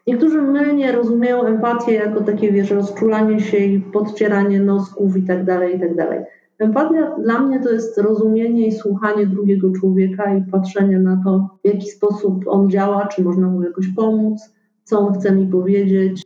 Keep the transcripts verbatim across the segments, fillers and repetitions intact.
Niektórzy mylnie rozumieją empatię jako takie, wiesz, rozczulanie się i podcieranie nosków i tak dalej, i tak dalej. Empatia dla mnie to jest rozumienie i słuchanie drugiego człowieka i patrzenie na to, w jaki sposób on działa, czy można mu jakoś pomóc, co on chce mi powiedzieć.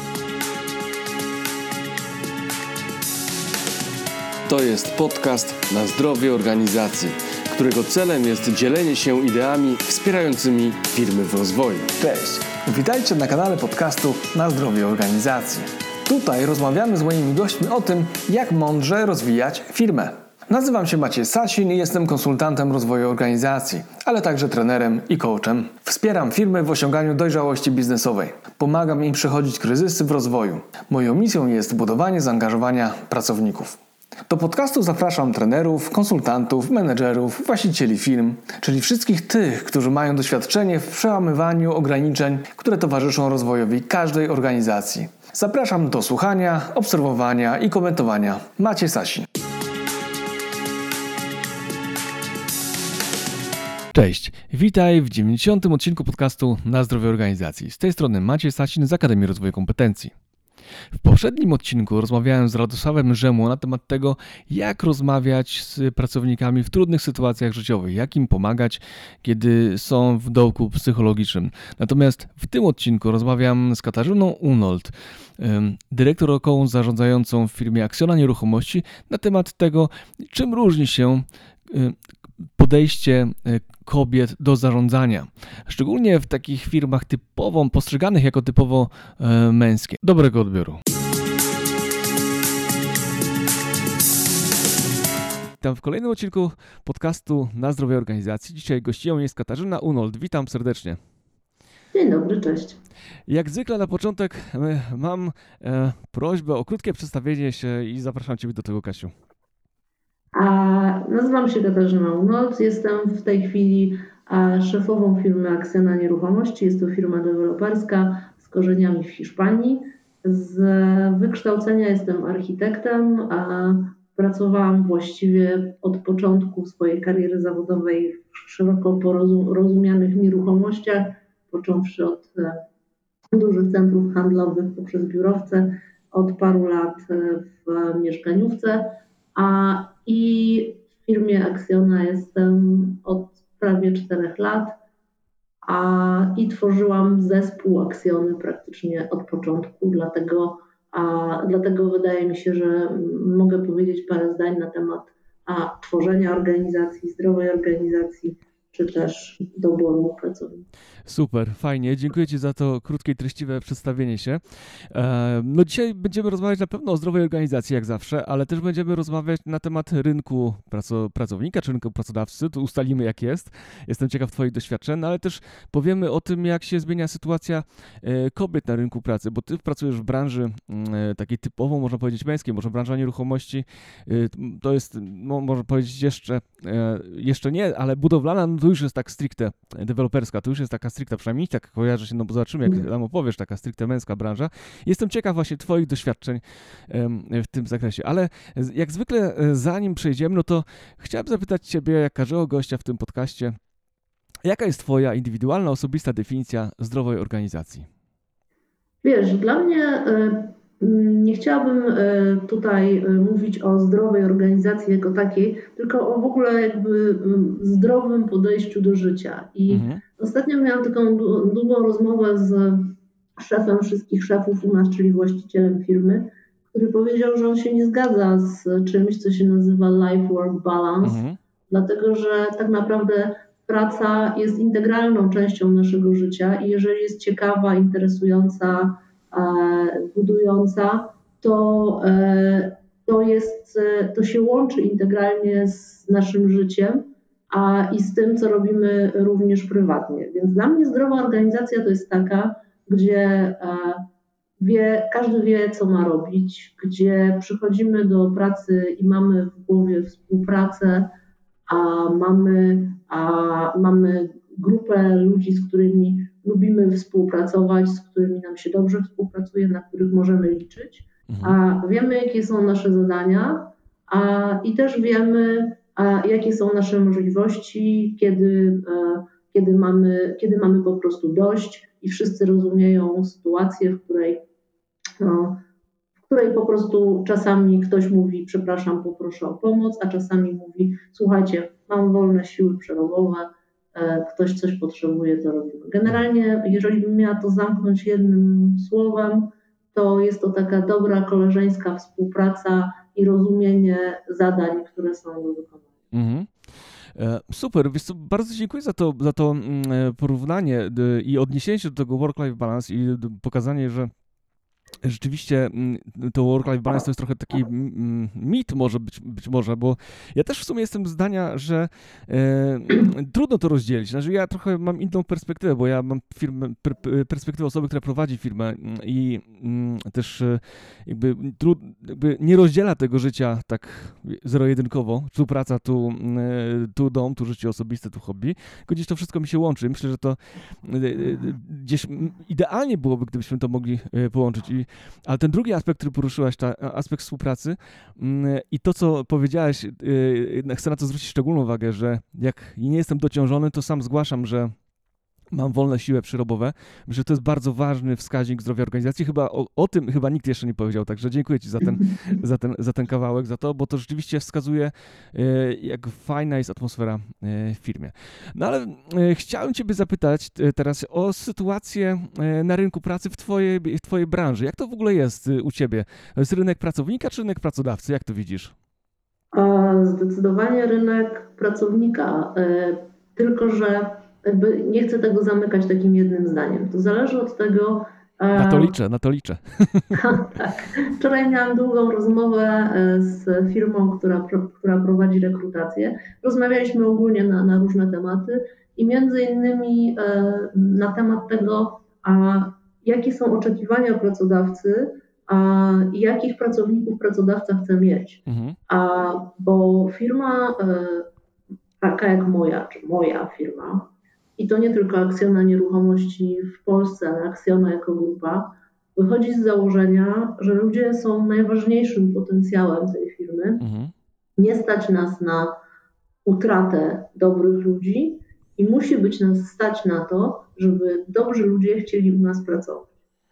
To jest podcast Na zdrowie organizacji, którego celem jest dzielenie się ideami wspierającymi firmy w rozwoju. Cześć, witajcie na kanale podcastu Na zdrowie organizacji. Tutaj rozmawiamy z moimi gośćmi o tym, jak mądrze rozwijać firmę. Nazywam się Maciej Sasin i jestem konsultantem rozwoju organizacji, ale także trenerem i coachem. Wspieram firmy w osiąganiu dojrzałości biznesowej. Pomagam im przechodzić kryzysy w rozwoju. Moją misją jest budowanie zaangażowania pracowników. Do podcastu zapraszam trenerów, konsultantów, menedżerów, właścicieli firm, czyli wszystkich tych, którzy mają doświadczenie w przełamywaniu ograniczeń, które towarzyszą rozwojowi każdej organizacji. Zapraszam do słuchania, obserwowania i komentowania. Maciej Sasin. Cześć, witaj w dziewięćdziesiątym odcinku podcastu Na zdrowie organizacji. Z tej strony Maciej Sasin z Akademii Rozwoju Kompetencji. W poprzednim odcinku rozmawiałem z Radosławem Rzemą na temat tego, jak rozmawiać z pracownikami w trudnych sytuacjach życiowych, jak im pomagać, kiedy są w dołku psychologicznym. Natomiast w tym odcinku rozmawiam z Katarzyną Unold, dyrektorką zarządzającą w firmie Acciona Nieruchomości, na temat tego, czym różni się podejście kobiet do zarządzania, szczególnie w takich firmach typowo postrzeganych jako typowo e, męskie. Dobrego odbioru. Witam w kolejnym odcinku podcastu Na zdrowie organizacji. Dzisiaj gościnią jest Katarzyna Unold. Witam serdecznie. Dzień dobry, cześć. Jak zwykle na początek e, mam e, prośbę o krótkie przedstawienie się i zapraszam Ciebie do tego, Kasiu. A nazywam się Katarzyna Unold, jestem w tej chwili szefową firmy Acciona Nieruchomości. Jest to firma deweloperska z korzeniami w Hiszpanii. Z wykształcenia jestem architektem, a pracowałam właściwie od początku swojej kariery zawodowej w szeroko rozumianych nieruchomościach, począwszy od dużych centrów handlowych poprzez biurowce, od paru lat w mieszkaniówce, a i w firmie Acciona jestem od prawie czterech lat a, i tworzyłam zespół Acciony praktycznie od początku, dlatego, a, dlatego wydaje mi się, że mogę powiedzieć parę zdań na temat a, tworzenia organizacji, zdrowej organizacji, czy też doboru pracowników. Super, fajnie. Dziękuję Ci za to krótkie i treściwe przedstawienie się. No dzisiaj będziemy rozmawiać na pewno o zdrowej organizacji, jak zawsze, ale też będziemy rozmawiać na temat rynku pracownika, czy rynku pracodawcy. Tu ustalimy, jak jest. Jestem ciekaw Twoich doświadczeń, ale też powiemy o tym, jak się zmienia sytuacja kobiet na rynku pracy, bo Ty pracujesz w branży takiej typowo, można powiedzieć, męskiej, może branża nieruchomości. To jest, no, można powiedzieć, jeszcze, jeszcze nie, ale budowlana, no to już jest tak stricte deweloperska, to już jest taka stricte, przynajmniej tak kojarzy się, no bo zobaczymy, jak nam opowiesz, taka stricte męska branża. Jestem ciekaw właśnie Twoich doświadczeń w tym zakresie, ale jak zwykle zanim przejdziemy, no to chciałem zapytać Ciebie, jak każdego gościa w tym podcaście, jaka jest Twoja indywidualna, osobista definicja zdrowej organizacji? Wiesz, dla mnie nie chciałabym tutaj mówić o zdrowej organizacji jako takiej, tylko o w ogóle jakby zdrowym podejściu do życia. I mhm. Ostatnio miałam taką długą rozmowę z szefem wszystkich szefów u nas, czyli właścicielem firmy, który powiedział, że on się nie zgadza z czymś, co się nazywa life-work balance, mhm. dlatego że tak naprawdę praca jest integralną częścią naszego życia i jeżeli jest ciekawa, interesująca, budująca, to, to, jest, to się łączy integralnie z naszym życiem a i z tym, co robimy również prywatnie. Więc dla mnie zdrowa organizacja to jest taka, gdzie wie, każdy wie, co ma robić, gdzie przychodzimy do pracy i mamy w głowie współpracę, a mamy, a mamy grupę ludzi, z którymi lubimy współpracować, z którymi nam się dobrze współpracuje, na których możemy liczyć, a wiemy, jakie są nasze zadania, a i też wiemy, a jakie są nasze możliwości, kiedy, kiedy, mamy, kiedy mamy po prostu dość i wszyscy rozumieją sytuację, w której, no, w której po prostu czasami ktoś mówi, przepraszam, poproszę o pomoc, a czasami mówi, słuchajcie, mam wolne siły przerobowe, ktoś coś potrzebuje, to robimy. Generalnie, jeżeli bym miała to zamknąć jednym słowem, to jest to taka dobra, koleżeńska współpraca i rozumienie zadań, które są do wykonania. Mhm. Super, wiesz co, bardzo dziękuję za to, za to porównanie i odniesienie się do tego work-life balance i pokazanie, że rzeczywiście to work-life balance to jest trochę taki mit może być, być może, bo ja też w sumie jestem zdania, że e, trudno to rozdzielić. Znaczy ja trochę mam inną perspektywę, bo ja mam firmę, per, perspektywę osoby, która prowadzi firmę i m, też jakby, trud, jakby nie rozdziela tego życia tak zero-jedynkowo, tu praca, tu, tu dom, tu życie osobiste, tu hobby, tylko gdzieś to wszystko mi się łączy. Myślę, że to gdzieś idealnie byłoby, gdybyśmy to mogli połączyć. I ale ten drugi aspekt, który poruszyłaś, ta aspekt współpracy i to, co powiedziałaś, chcę na to zwrócić szczególną uwagę, że jak nie jestem dociążony, to sam zgłaszam, że mam wolne siły przyrobowe, że to jest bardzo ważny wskaźnik zdrowia organizacji. Chyba o, o tym chyba nikt jeszcze nie powiedział, także dziękuję Ci za ten, za ten, za ten kawałek, za to, bo to rzeczywiście wskazuje, jak fajna jest atmosfera w firmie. No ale chciałem Ciebie zapytać teraz o sytuację na rynku pracy w Twojej, w twojej branży. Jak to w ogóle jest u Ciebie? To jest rynek pracownika czy rynek pracodawcy? Jak to widzisz? Zdecydowanie rynek pracownika, tylko że jakby nie chcę tego zamykać takim jednym zdaniem. To zależy od tego... Na to liczę, na to liczę. Tak. Wczoraj miałam długą rozmowę z firmą, która, która prowadzi rekrutację. Rozmawialiśmy ogólnie na, na różne tematy i między innymi na temat tego, a jakie są oczekiwania pracodawcy a jakich pracowników pracodawca chce mieć. Mhm. A, bo firma taka jak moja, czy moja firma, i to nie tylko Acciona Nieruchomości w Polsce, ale Acciona jako grupa, wychodzi z założenia, że ludzie są najważniejszym potencjałem tej firmy. Mhm. Nie stać nas na utratę dobrych ludzi i musi być nas stać na to, żeby dobrzy ludzie chcieli u nas pracować.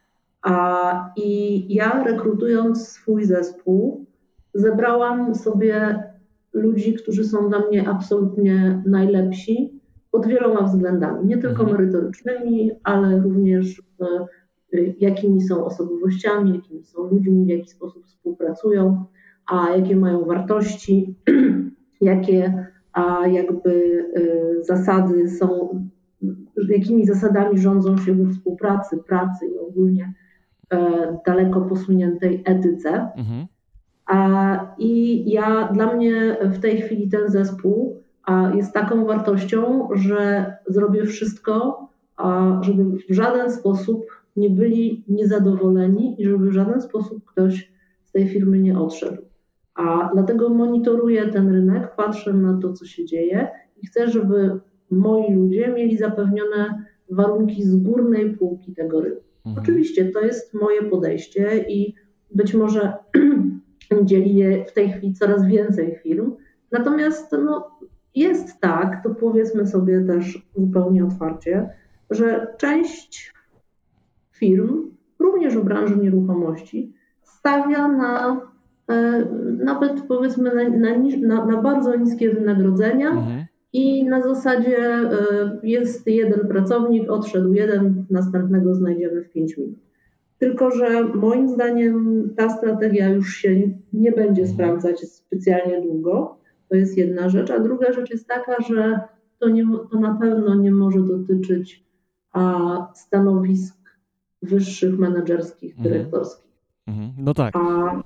A, I ja rekrutując swój zespół, zebrałam sobie ludzi, którzy są dla mnie absolutnie najlepsi, pod wieloma względami, nie tylko merytorycznymi, ale również jakimi są osobowościami, jakimi są ludźmi, w jaki sposób współpracują, a jakie mają wartości, jakie a jakby zasady są, jakimi zasadami rządzą się we współpracy, pracy i ogólnie daleko posuniętej etyce. Mhm. A, I ja, dla mnie w tej chwili ten zespół a jest taką wartością, że zrobię wszystko, żeby w żaden sposób nie byli niezadowoleni i żeby w żaden sposób ktoś z tej firmy nie odszedł. A dlatego monitoruję ten rynek, patrzę na to, co się dzieje i chcę, żeby moi ludzie mieli zapewnione warunki z górnej półki tego rynku. Mhm. Oczywiście to jest moje podejście i być może dzieli je w tej chwili coraz więcej firm, natomiast no, jest tak, to powiedzmy sobie też zupełnie otwarcie, że część firm, również w branży nieruchomości, stawia na e, nawet powiedzmy na, na, na, na bardzo niskie wynagrodzenia mhm. i na zasadzie e, jest jeden pracownik, odszedł jeden, następnego znajdziemy w pięć minut. Tylko że moim zdaniem ta strategia już się nie będzie mhm. sprawdzać specjalnie długo. To jest jedna rzecz, a druga rzecz jest taka, że to, nie, to na pewno nie może dotyczyć a, stanowisk wyższych, menedżerskich, dyrektorskich. Mm-hmm. No tak. A,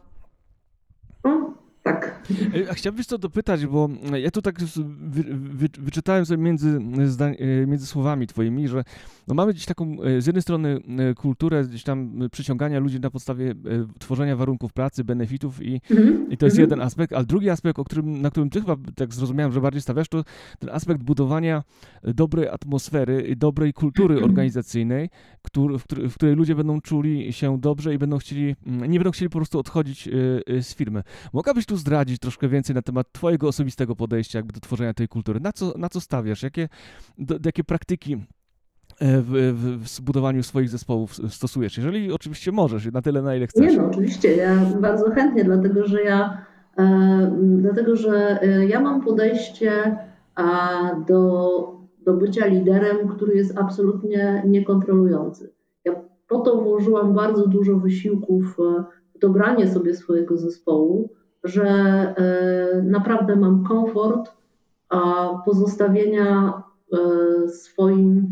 no, tak. A chciałbym to dopytać, bo ja tu tak wy, wy, wyczytałem sobie między, zdań, między słowami twoimi, że no mamy gdzieś taką z jednej strony kulturę gdzieś tam przyciągania ludzi na podstawie tworzenia warunków pracy, benefitów i, mm-hmm. i to jest mm-hmm. jeden aspekt, ale drugi aspekt, o którym, na którym ty chyba tak zrozumiałem, że bardziej stawiasz, to ten aspekt budowania dobrej atmosfery i dobrej kultury mm-hmm. organizacyjnej, który, w, której, w której ludzie będą czuli się dobrze i będą chcieli, nie będą chcieli po prostu odchodzić z firmy. Mogłabyś tu zdradzić troszkę więcej na temat twojego osobistego podejścia jakby do tworzenia tej kultury? Na co, na co stawiasz? Jakie, do, jakie praktyki w, w, w zbudowaniu swoich zespołów stosujesz? Jeżeli oczywiście możesz, na tyle, na ile chcesz. Nie no, oczywiście, ja bardzo chętnie, dlatego że ja, e, dlatego, że ja mam podejście a, do, do bycia liderem, który jest absolutnie niekontrolujący. Ja po to włożyłam bardzo dużo wysiłków w dobranie sobie swojego zespołu, że e, naprawdę mam komfort a, pozostawienia e, swoim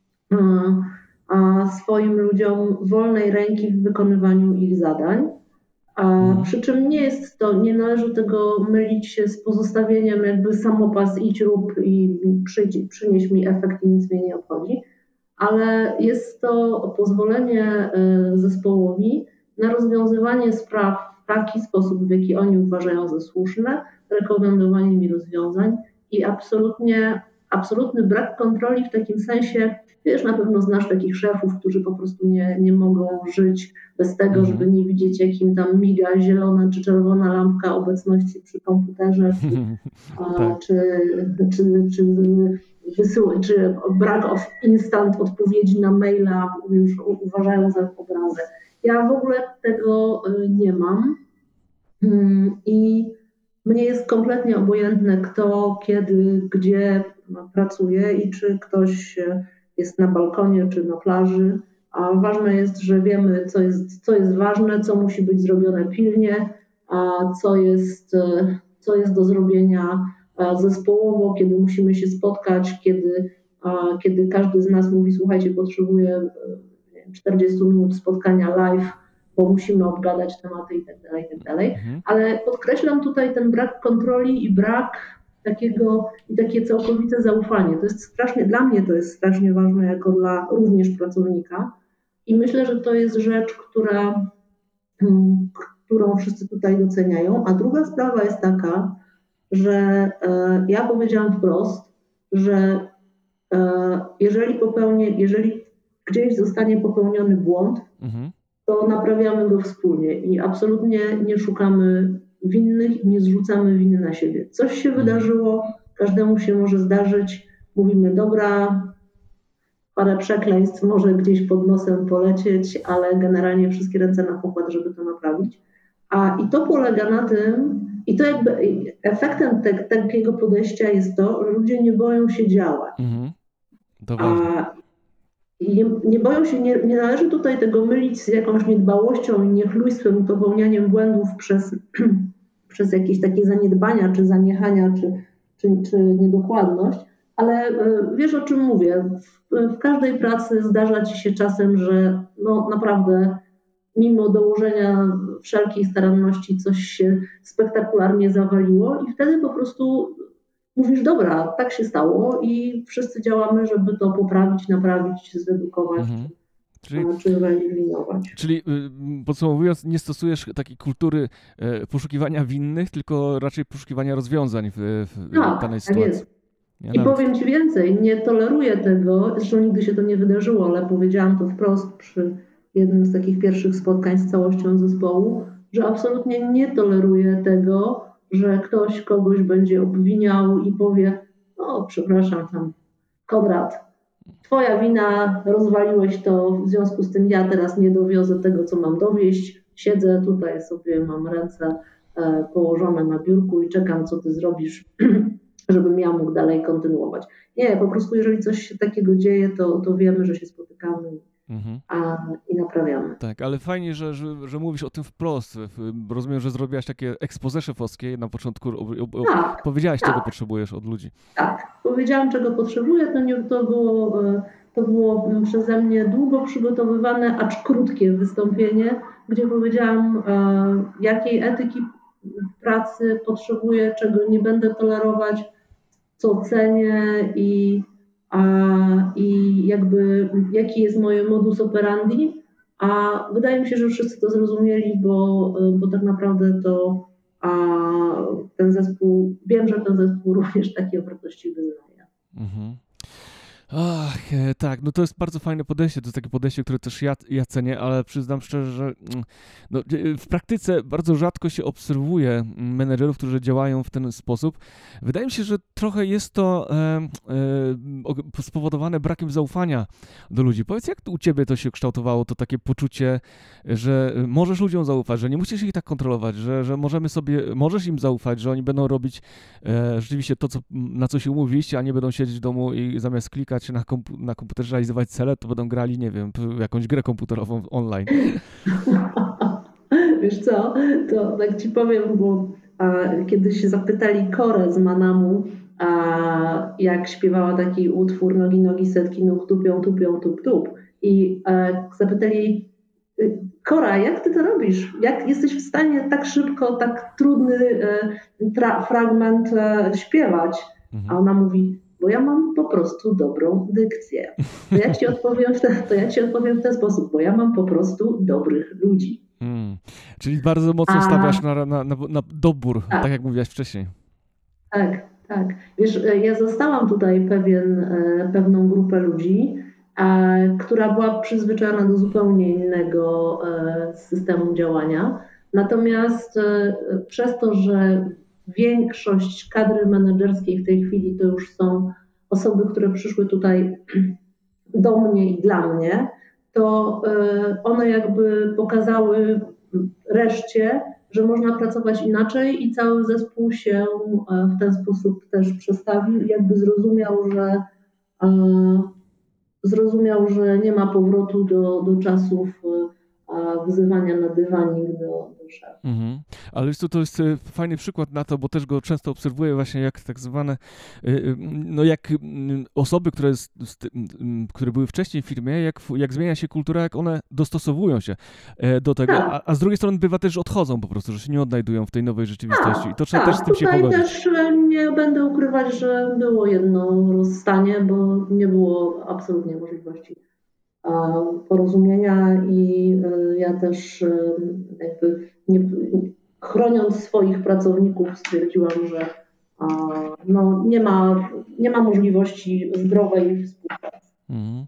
a swoim ludziom wolnej ręki w wykonywaniu ich zadań. A przy czym nie jest to, nie należy tego mylić się z pozostawieniem jakby samopas idź rób i przyjdź, przynieś mi efekt i nic mnie nie obchodzi, ale jest to pozwolenie zespołowi na rozwiązywanie spraw w taki sposób, w jaki oni uważają za słuszne, rekomendowanie mi rozwiązań i absolutnie, absolutny brak kontroli w takim sensie. Wiesz, na pewno znasz takich szefów, którzy po prostu nie, nie mogą żyć bez tego, mm. żeby nie widzieć, jak im tam miga zielona czy czerwona lampka obecności przy komputerze, czy, a, czy, czy, czy, wysył, czy brak of instant odpowiedzi na maila już uważają za obrazę. Ja w ogóle tego nie mam i mnie jest kompletnie obojętne, kto, kiedy, gdzie pracuje i czy ktoś jest na balkonie czy na plaży, a ważne jest, że wiemy, co jest, co jest ważne, co musi być zrobione pilnie, a co jest, co jest do zrobienia zespołowo, kiedy musimy się spotkać, kiedy, kiedy każdy z nas mówi, słuchajcie, potrzebuję czterdzieści minut spotkania live, bo musimy obgadać tematy i tak dalej, i tak dalej. Ale podkreślam tutaj ten brak kontroli i brak takiego i takie całkowite zaufanie. To jest strasznie, dla mnie to jest strasznie ważne jako dla również pracownika i myślę, że to jest rzecz, która, którą wszyscy tutaj doceniają. A druga sprawa jest taka, że e, ja powiedziałam wprost, że e, jeżeli popełnię, jeżeli gdzieś zostanie popełniony błąd, mhm. to naprawiamy go wspólnie i absolutnie nie szukamy winnych i nie zrzucamy winy na siebie. Coś się wydarzyło, każdemu się może zdarzyć, mówimy dobra, parę przekleństw może gdzieś pod nosem polecieć, ale generalnie wszystkie ręce na pokład, żeby to naprawić. A i to polega na tym, i to jakby efektem te, takiego podejścia jest to, że ludzie nie boją się działać. Mhm. To ważne. A nie, nie boją się, nie, nie należy tutaj tego mylić z jakąś niedbałością i niechlujstwem i popełnianiem błędów przez, przez jakieś takie zaniedbania, czy zaniechania, czy, czy, czy niedokładność, ale wiesz, o czym mówię. W, w każdej pracy zdarza ci się czasem, że no naprawdę mimo dołożenia wszelkiej staranności coś się spektakularnie zawaliło i wtedy po prostu mówisz, dobra, tak się stało i wszyscy działamy, żeby to poprawić, naprawić, zredukować, mhm. czyli, czy wyeliminować. Czyli podsumowując, nie stosujesz takiej kultury poszukiwania winnych, tylko raczej poszukiwania rozwiązań w, w tak, danej sytuacji. Tak jest. Ja I nawet... powiem ci więcej, nie toleruję tego, zresztą nigdy się to nie wydarzyło, ale powiedziałam to wprost przy jednym z takich pierwszych spotkań z całością zespołu, że absolutnie nie toleruję tego, że ktoś kogoś będzie obwiniał i powie, no przepraszam tam, Konrad, twoja wina, rozwaliłeś to, w związku z tym ja teraz nie dowiozę tego, co mam dowieść, siedzę tutaj sobie, mam ręce e, położone na biurku i czekam, co ty zrobisz, żebym ja mógł dalej kontynuować. Nie, po prostu jeżeli coś się takiego dzieje, to, to wiemy, że się spotykamy mhm. a, i naprawiamy. Tak, ale fajnie, że, że, że mówisz o tym wprost. Rozumiem, że zrobiłaś takie expose szefowskie na początku. O, o, tak, powiedziałaś, tak. czego potrzebujesz od ludzi. Tak, powiedziałam, czego potrzebuję. To, nie, to, było, to było przeze mnie długo przygotowywane, acz krótkie wystąpienie, gdzie powiedziałam, jakiej etyki pracy potrzebuję, czego nie będę tolerować, co cenię i A, i jakby jaki jest moje modus operandi, a wydaje mi się, że wszyscy to zrozumieli, bo, bo tak naprawdę to a, ten zespół, wiem, że ten zespół również takie wartości wyznaje. Mhm. Ach, e, tak, no to jest bardzo fajne podejście, to jest takie podejście, które też ja, ja cenię, ale przyznam szczerze, że mm, no, e, w praktyce bardzo rzadko się obserwuje mm, menedżerów, którzy działają w ten sposób. Wydaje mi się, że trochę jest to e, e, o- spowodowane brakiem zaufania do ludzi. Powiedz, jak u ciebie to się kształtowało, to takie poczucie, że możesz ludziom zaufać, że nie musisz ich tak kontrolować, że, że możemy sobie, możesz im zaufać, że oni będą robić e, rzeczywiście to, co, na co się umówiliście, a nie będą siedzieć w domu i zamiast klikać na, kompu- na komputerze, realizować cele, to będą grali, nie wiem, w jakąś grę komputerową online. Wiesz co, to tak ci powiem, bo a, kiedyś zapytali Korę z Manamu, a, jak śpiewała taki utwór Nogi, nogi, setki nóg, tupią, tupią, tup, tup. I e, zapytali jej, y, Kora, jak ty to robisz? Jak jesteś w stanie tak szybko, tak trudny e, tra- fragment e, śpiewać? A Mhm. ona mówi, bo ja mam po prostu dobrą dykcję. To ja ci odpowiem w ten, to ja ci odpowiem w ten sposób, bo ja mam po prostu dobrych ludzi. Mm. Czyli bardzo mocno A stawiasz na, na, na, na dobór, tak, tak jak mówiłaś wcześniej. tak, tak. Wiesz, e, ja zostałam tutaj pewien, e, pewną grupę ludzi, e, która była przyzwyczajona do zupełnie innego e, systemu działania. Natomiast e, przez to, że większość kadry menedżerskiej w tej chwili to już są osoby, które przyszły tutaj do mnie i dla mnie, to e, one jakby pokazały reszcie, że można pracować inaczej i cały zespół się e, w ten sposób też przestawił i jakby zrozumiał, że e, zrozumiał, że nie ma powrotu do, do czasów e, wzywania na dywanik do, do szefa. Mhm. Ale wiesz co, to jest e, fajny przykład na to, bo też go często obserwuję właśnie jak tak zwane, e, e, no jak mm, osoby, które, z, z, mm, które były wcześniej w firmie, jak, w- jak zmienia się kultura, jak one dostosowują się e, do tego, Tak, a, a z drugiej strony bywa też, że odchodzą po prostu, że się nie odnajdują w tej nowej rzeczywistości i to trzeba też z tak, tym się tutaj pogodzić. też e, nie będę ukrywać, że było jedno rozstanie, bo nie było absolutnie możliwości e, porozumienia i e, ja też e, jakby nie, chroniąc swoich pracowników stwierdziłam, że e, no, nie ma, nie ma możliwości zdrowej współpracy. Mhm.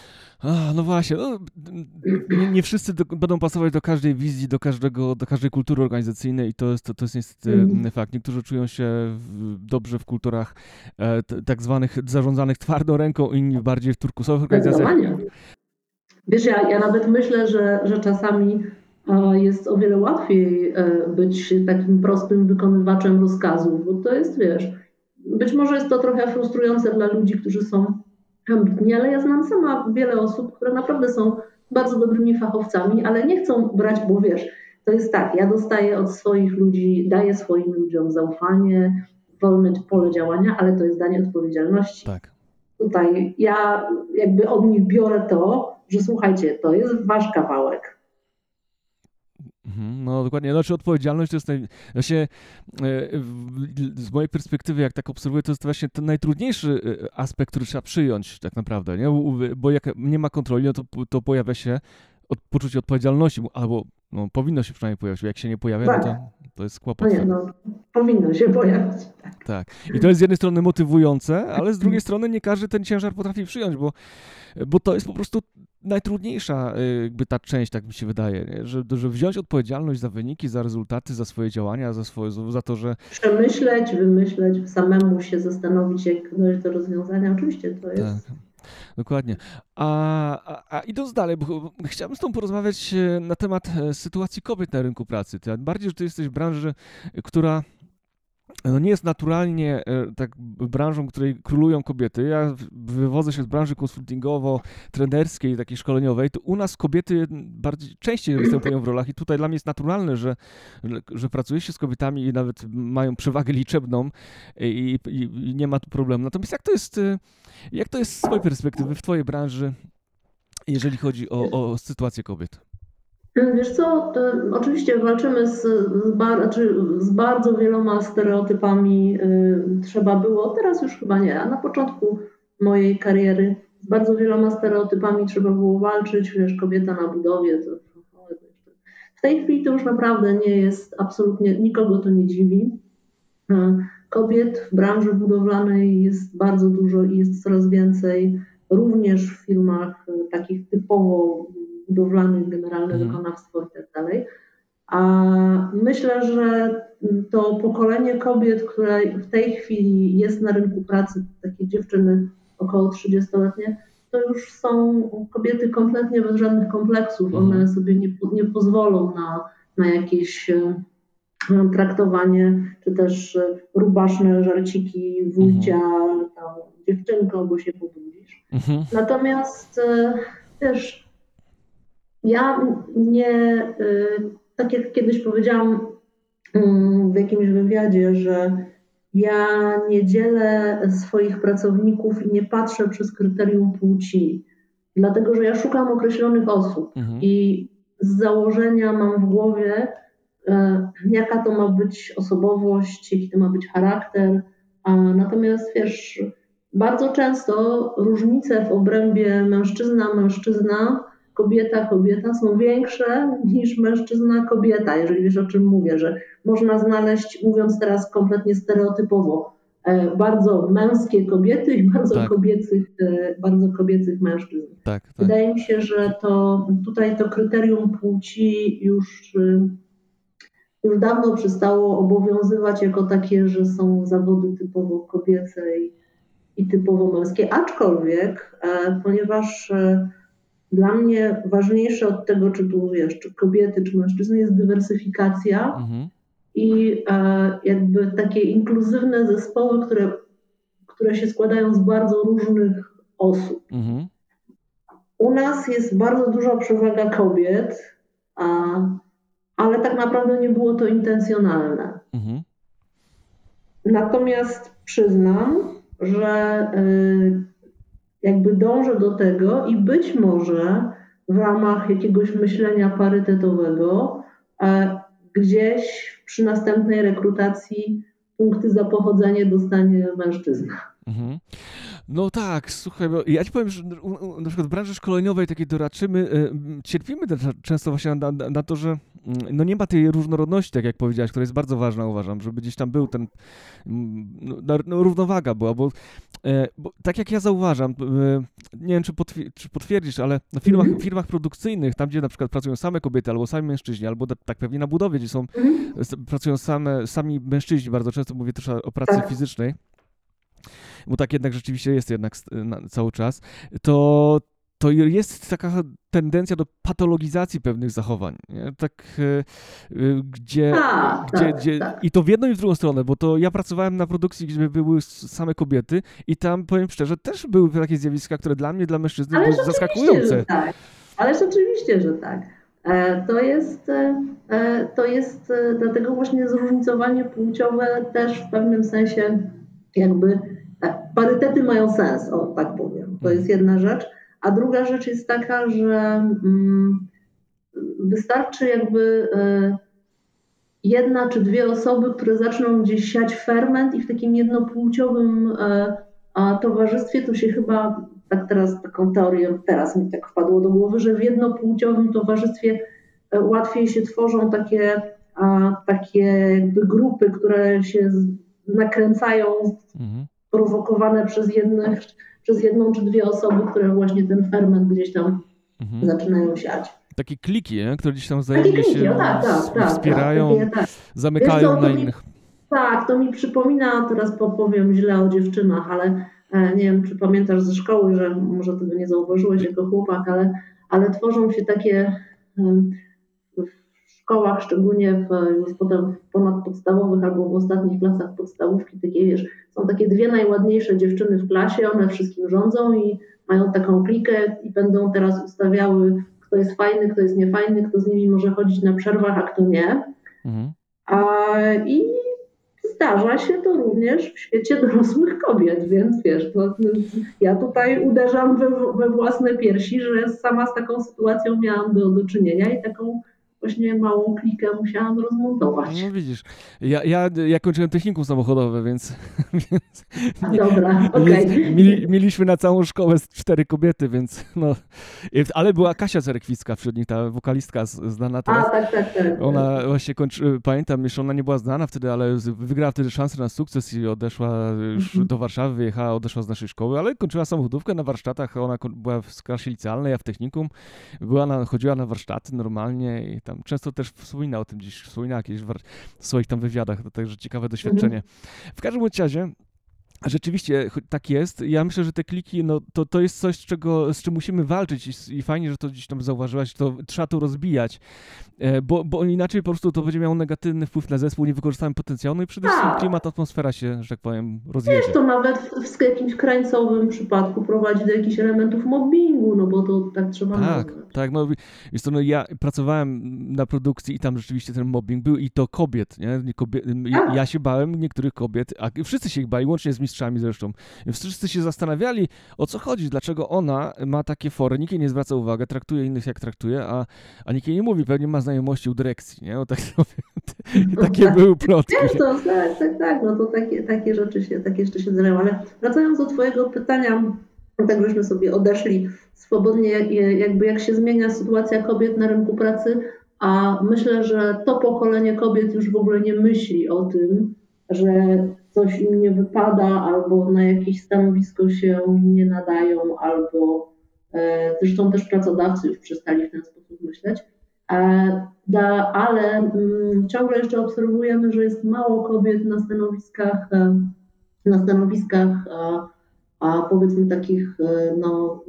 A, no właśnie, no, nie, nie wszyscy do, będą pasować do każdej wizji, do każdego, do każdej kultury organizacyjnej i to jest, to, to jest niestety Mhm. fakt. Niektórzy czują się w, dobrze w kulturach e, t, tak zwanych zarządzanych twardą ręką, inni bardziej w turkusowych organizacjach. Zdecydowanie. Wiesz, ja, ja nawet myślę, że, że czasami e, jest o wiele łatwiej e, być takim prostym wykonywaczem rozkazów, bo to jest, wiesz, być może jest to trochę frustrujące dla ludzi, którzy są ambitni, ale ja znam sama wiele osób, które naprawdę są bardzo dobrymi fachowcami, ale nie chcą brać, bo wiesz, to jest tak, ja dostaję od swoich ludzi, daję swoim ludziom zaufanie, wolne pole działania, ale to jest danie odpowiedzialności. Tak. Tutaj ja jakby od nich biorę to, że słuchajcie, to jest wasz kawałek. Mhm, no dokładnie, znaczy odpowiedzialność to jest naj... właśnie e, w- z mojej perspektywy, jak tak obserwuję, to jest właśnie ten najtrudniejszy e, aspekt, który trzeba przyjąć tak naprawdę, nie? Bo, bo jak nie ma kontroli, no to, to pojawia się od, poczucie odpowiedzialności, albo no, powinno się przynajmniej pojawić, bo jak się nie pojawia, no to, Tak, to jest no kłopot. nie, no powinno się pojawić. Tak. Tak. I to jest z jednej strony motywujące, ale z drugiej strony nie każdy ten ciężar potrafi przyjąć, bo, bo to jest po prostu najtrudniejsza y, jakby ta część, tak mi się wydaje, nie? Że, że wziąć odpowiedzialność za wyniki, za rezultaty, za swoje działania, za, swoje, za to, że Przemyśleć, wymyśleć, samemu się zastanowić, jak dojść do rozwiązania. Oczywiście to jest. tak, dokładnie. A, a, a idąc dalej, bo chciałbym z Tobą porozmawiać e, na temat e, sytuacji kobiet na rynku pracy. Tym bardziej, że Ty jesteś w branży, e, która no nie jest naturalnie e, tak branżą, w której królują kobiety. Ja w- wywodzę się z branży konsultingowo-trenerskiej, takiej szkoleniowej, to u nas kobiety bardziej częściej występują w rolach i tutaj dla mnie jest naturalne, że, że, że pracuje się z kobietami i nawet mają przewagę liczebną i, i, i nie ma tu problemu. Natomiast jak to jest, e, jak to jest z twojej perspektywy, w twojej branży, jeżeli chodzi o, o sytuację kobiet? Wiesz co, to oczywiście walczymy z, z, bar, znaczy z bardzo wieloma stereotypami. y, Trzeba było, teraz już chyba nie, a na początku mojej kariery z bardzo wieloma stereotypami trzeba było walczyć. Wiesz, kobieta na budowie, to, w tej chwili to już naprawdę nie jest absolutnie, nikogo to nie dziwi. Y, kobiet w branży budowlanej jest bardzo dużo i jest coraz więcej, również w firmach takich typowo budowlanych, generalne Mhm. wykonawstwo i tak dalej. A myślę, że to pokolenie kobiet, które w tej chwili jest na rynku pracy, takie dziewczyny około trzydziestoletnie, to już są kobiety kompletnie bez żadnych kompleksów. One Mhm. sobie nie, nie pozwolą na, na jakieś e, traktowanie, czy też e, rubaszne żarciki wujcia, tam dziewczynko, bo się pobrudzisz. Mhm. Natomiast e, też ja nie, e, tak jak kiedyś powiedziałam mm, w jakimś wywiadzie, że ja nie dzielę swoich pracowników i nie patrzę przez kryterium płci, dlatego że ja szukam określonych osób Mhm. i z założenia mam w głowie, e, jaka to ma być osobowość, jaki to ma być charakter. A natomiast wiesz, bardzo często różnice w obrębie mężczyzna-mężczyzna, kobieta-kobieta są większe niż mężczyzna-kobieta, jeżeli wiesz, o czym mówię, że można znaleźć, mówiąc teraz kompletnie stereotypowo, e, bardzo męskie kobiety i bardzo, Tak. kobiecych, e, bardzo kobiecych mężczyzn. Tak, tak. Wydaje mi się, że to tutaj to kryterium płci już, e, już dawno przestało obowiązywać jako takie, że są zawody typowo kobiece i, i typowo męskie, aczkolwiek, e, ponieważ e, dla mnie ważniejsze od tego, czy tu wiesz, czy kobiety, czy mężczyzny, jest dywersyfikacja Mhm. i e, jakby takie inkluzywne zespoły, które, które się składają z bardzo różnych osób. Mhm. U nas jest bardzo duża przewaga kobiet, a, ale tak naprawdę nie było to intencjonalne. Mhm. Natomiast przyznam, że y, jakby dążę do tego i być może w ramach jakiegoś myślenia parytetowego e, gdzieś przy następnej rekrutacji punkty za pochodzenie dostanie mężczyzna. Mhm. No tak, słuchaj, bo ja ci powiem, że u- u- na przykład w branży szkoleniowej takiej doradczymy y, m, cierpimy też często właśnie na, na, na to, że mm, no nie ma tej różnorodności, tak jak powiedziałeś, która jest bardzo ważna, uważam, żeby gdzieś tam był ten mm, no, no, no, równowaga była, bo, e, bo tak jak ja zauważam, e, nie wiem czy, potwier- czy potwierdzisz, ale w firmach, Mhm. firmach produkcyjnych, tam gdzie na przykład pracują same kobiety albo sami mężczyźni, albo da- tak pewnie na budowie, gdzie są Mhm. s- pracują same, sami mężczyźni, bardzo często mówię też o, o pracy Tak. fizycznej, bo tak jednak rzeczywiście jest jednak st- na, cały czas, to, to jest taka tendencja do patologizacji pewnych zachowań, nie? Tak, e, e, gdzie, Tak, gdzie, tak, gdzie tak. i to w jedną i w drugą stronę, bo to ja pracowałem na produkcji, gdzie były s- same kobiety i tam, powiem szczerze, też były takie zjawiska, które dla mnie, dla mężczyzny Ależ były oczywiście, zaskakujące. że tak. Ależ oczywiście, że tak. E, To jest, e, to jest e, dlatego właśnie zróżnicowanie płciowe też w pewnym sensie jakby e, parytety mają sens, o tak powiem. To jest jedna rzecz. A druga rzecz jest taka, że mm, wystarczy jakby e, jedna czy dwie osoby, które zaczną gdzieś siać ferment i w takim jednopłciowym e, a towarzystwie to się chyba, tak teraz taką teorię, teraz mi tak wpadło do głowy, że w jednopłciowym towarzystwie e, łatwiej się tworzą takie, a, takie jakby grupy, które się z, nakręcają, Mhm. prowokowane przez, jednych, przez jedną czy dwie osoby, które właśnie ten ferment gdzieś tam Mhm. zaczynają siać. Takie kliki, nie? Które gdzieś tam Takie wzajemnie kliki, się o tak, tak, s- tak, wspierają, tak, takie, tak. zamykają Wiesz co, na to mi- innych. Tak, to mi przypomina, teraz powiem źle o dziewczynach, ale e, nie wiem, czy pamiętasz ze szkoły, że może tego nie zauważyłeś jako chłopak, ale, ale tworzą się takie em, w szkołach, szczególnie w, już potem w ponadpodstawowych albo w ostatnich klasach podstawówki, takie wiesz, są takie dwie najładniejsze dziewczyny w klasie, one wszystkim rządzą i mają taką klikę i będą teraz ustawiały, kto jest fajny, kto jest niefajny, kto z nimi może chodzić na przerwach, a kto nie. Mhm. A, I zdarza się to również w świecie dorosłych kobiet, więc wiesz, to, ja tutaj uderzam we, we własne piersi, że sama z taką sytuacją miałam do, do czynienia i taką właśnie małą klikę musiałam rozmontować. No widzisz, ja, ja, ja kończyłem technikum samochodowe, więc, więc Dobra, okej. więc mieli, mieliśmy na całą szkołę z cztery kobiety, więc no, ale była Kasia Cerekwicka wśród nich, ta wokalistka z- znana A, teraz. tak, tak, tak. Ona właśnie kończy, pamiętam, jeszcze ona nie była znana wtedy, ale z- wygrała wtedy szansę na sukces i odeszła już Mhm. do Warszawy, wyjechała, odeszła z naszej szkoły, ale kończyła samochodówkę na warsztatach, ona ko- była w klasie licealnej, ja w technikum, była na, chodziła na warsztaty normalnie i tam często też wspomina o tym gdzieś, wspomina jakieś war- w swoich tam wywiadach, to także ciekawe doświadczenie. W każdym bądź razie rzeczywiście cho- tak jest. Ja myślę, że te kliki, no to, to jest coś, z, czego, z czym musimy walczyć i, s- i fajnie, że to gdzieś tam zauważyłaś, to trzeba to rozbijać, e, bo, bo inaczej po prostu to będzie miało negatywny wpływ na zespół, nie wykorzystamy potencjału, no i przede wszystkim Tak. klimat, atmosfera się, że tak powiem, rozjedzie. Wiesz, to nawet w, w jakimś krańcowym przypadku prowadzi do jakichś elementów mobbingu, no bo to tak trzeba Tak, nazwać. tak, no wiesz co, no ja pracowałem na produkcji i tam rzeczywiście ten mobbing był i to kobiet, nie? Nie Kobie... ja, Tak. ja się bałem niektórych kobiet, a wszyscy się ich bali, łącznie z mistrzami zresztą. Więc wszyscy się zastanawiali, o co chodzi, dlaczego ona ma takie fory, nikt jej nie zwraca uwagi, traktuje innych jak traktuje, a, a nikt jej nie mówi, pewnie ma znajomości u dyrekcji, nie? No, tak sobie, takie tak. były plotki. Wiesz, to tak, tak, tak, no to takie, takie rzeczy się, takie rzeczy się zdarzają, ale wracając do twojego pytania, tak żeśmy sobie odeszli swobodnie, jak, jakby jak się zmienia sytuacja kobiet na rynku pracy, a myślę, że to pokolenie kobiet już w ogóle nie myśli o tym, że coś im nie wypada, albo na jakieś stanowisko się nie nadają, albo e, zresztą też pracodawcy już przestali w ten sposób myśleć. E, da, ale mm, ciągle jeszcze obserwujemy, że jest mało kobiet na stanowiskach, e, na stanowiskach a, a powiedzmy takich e, no,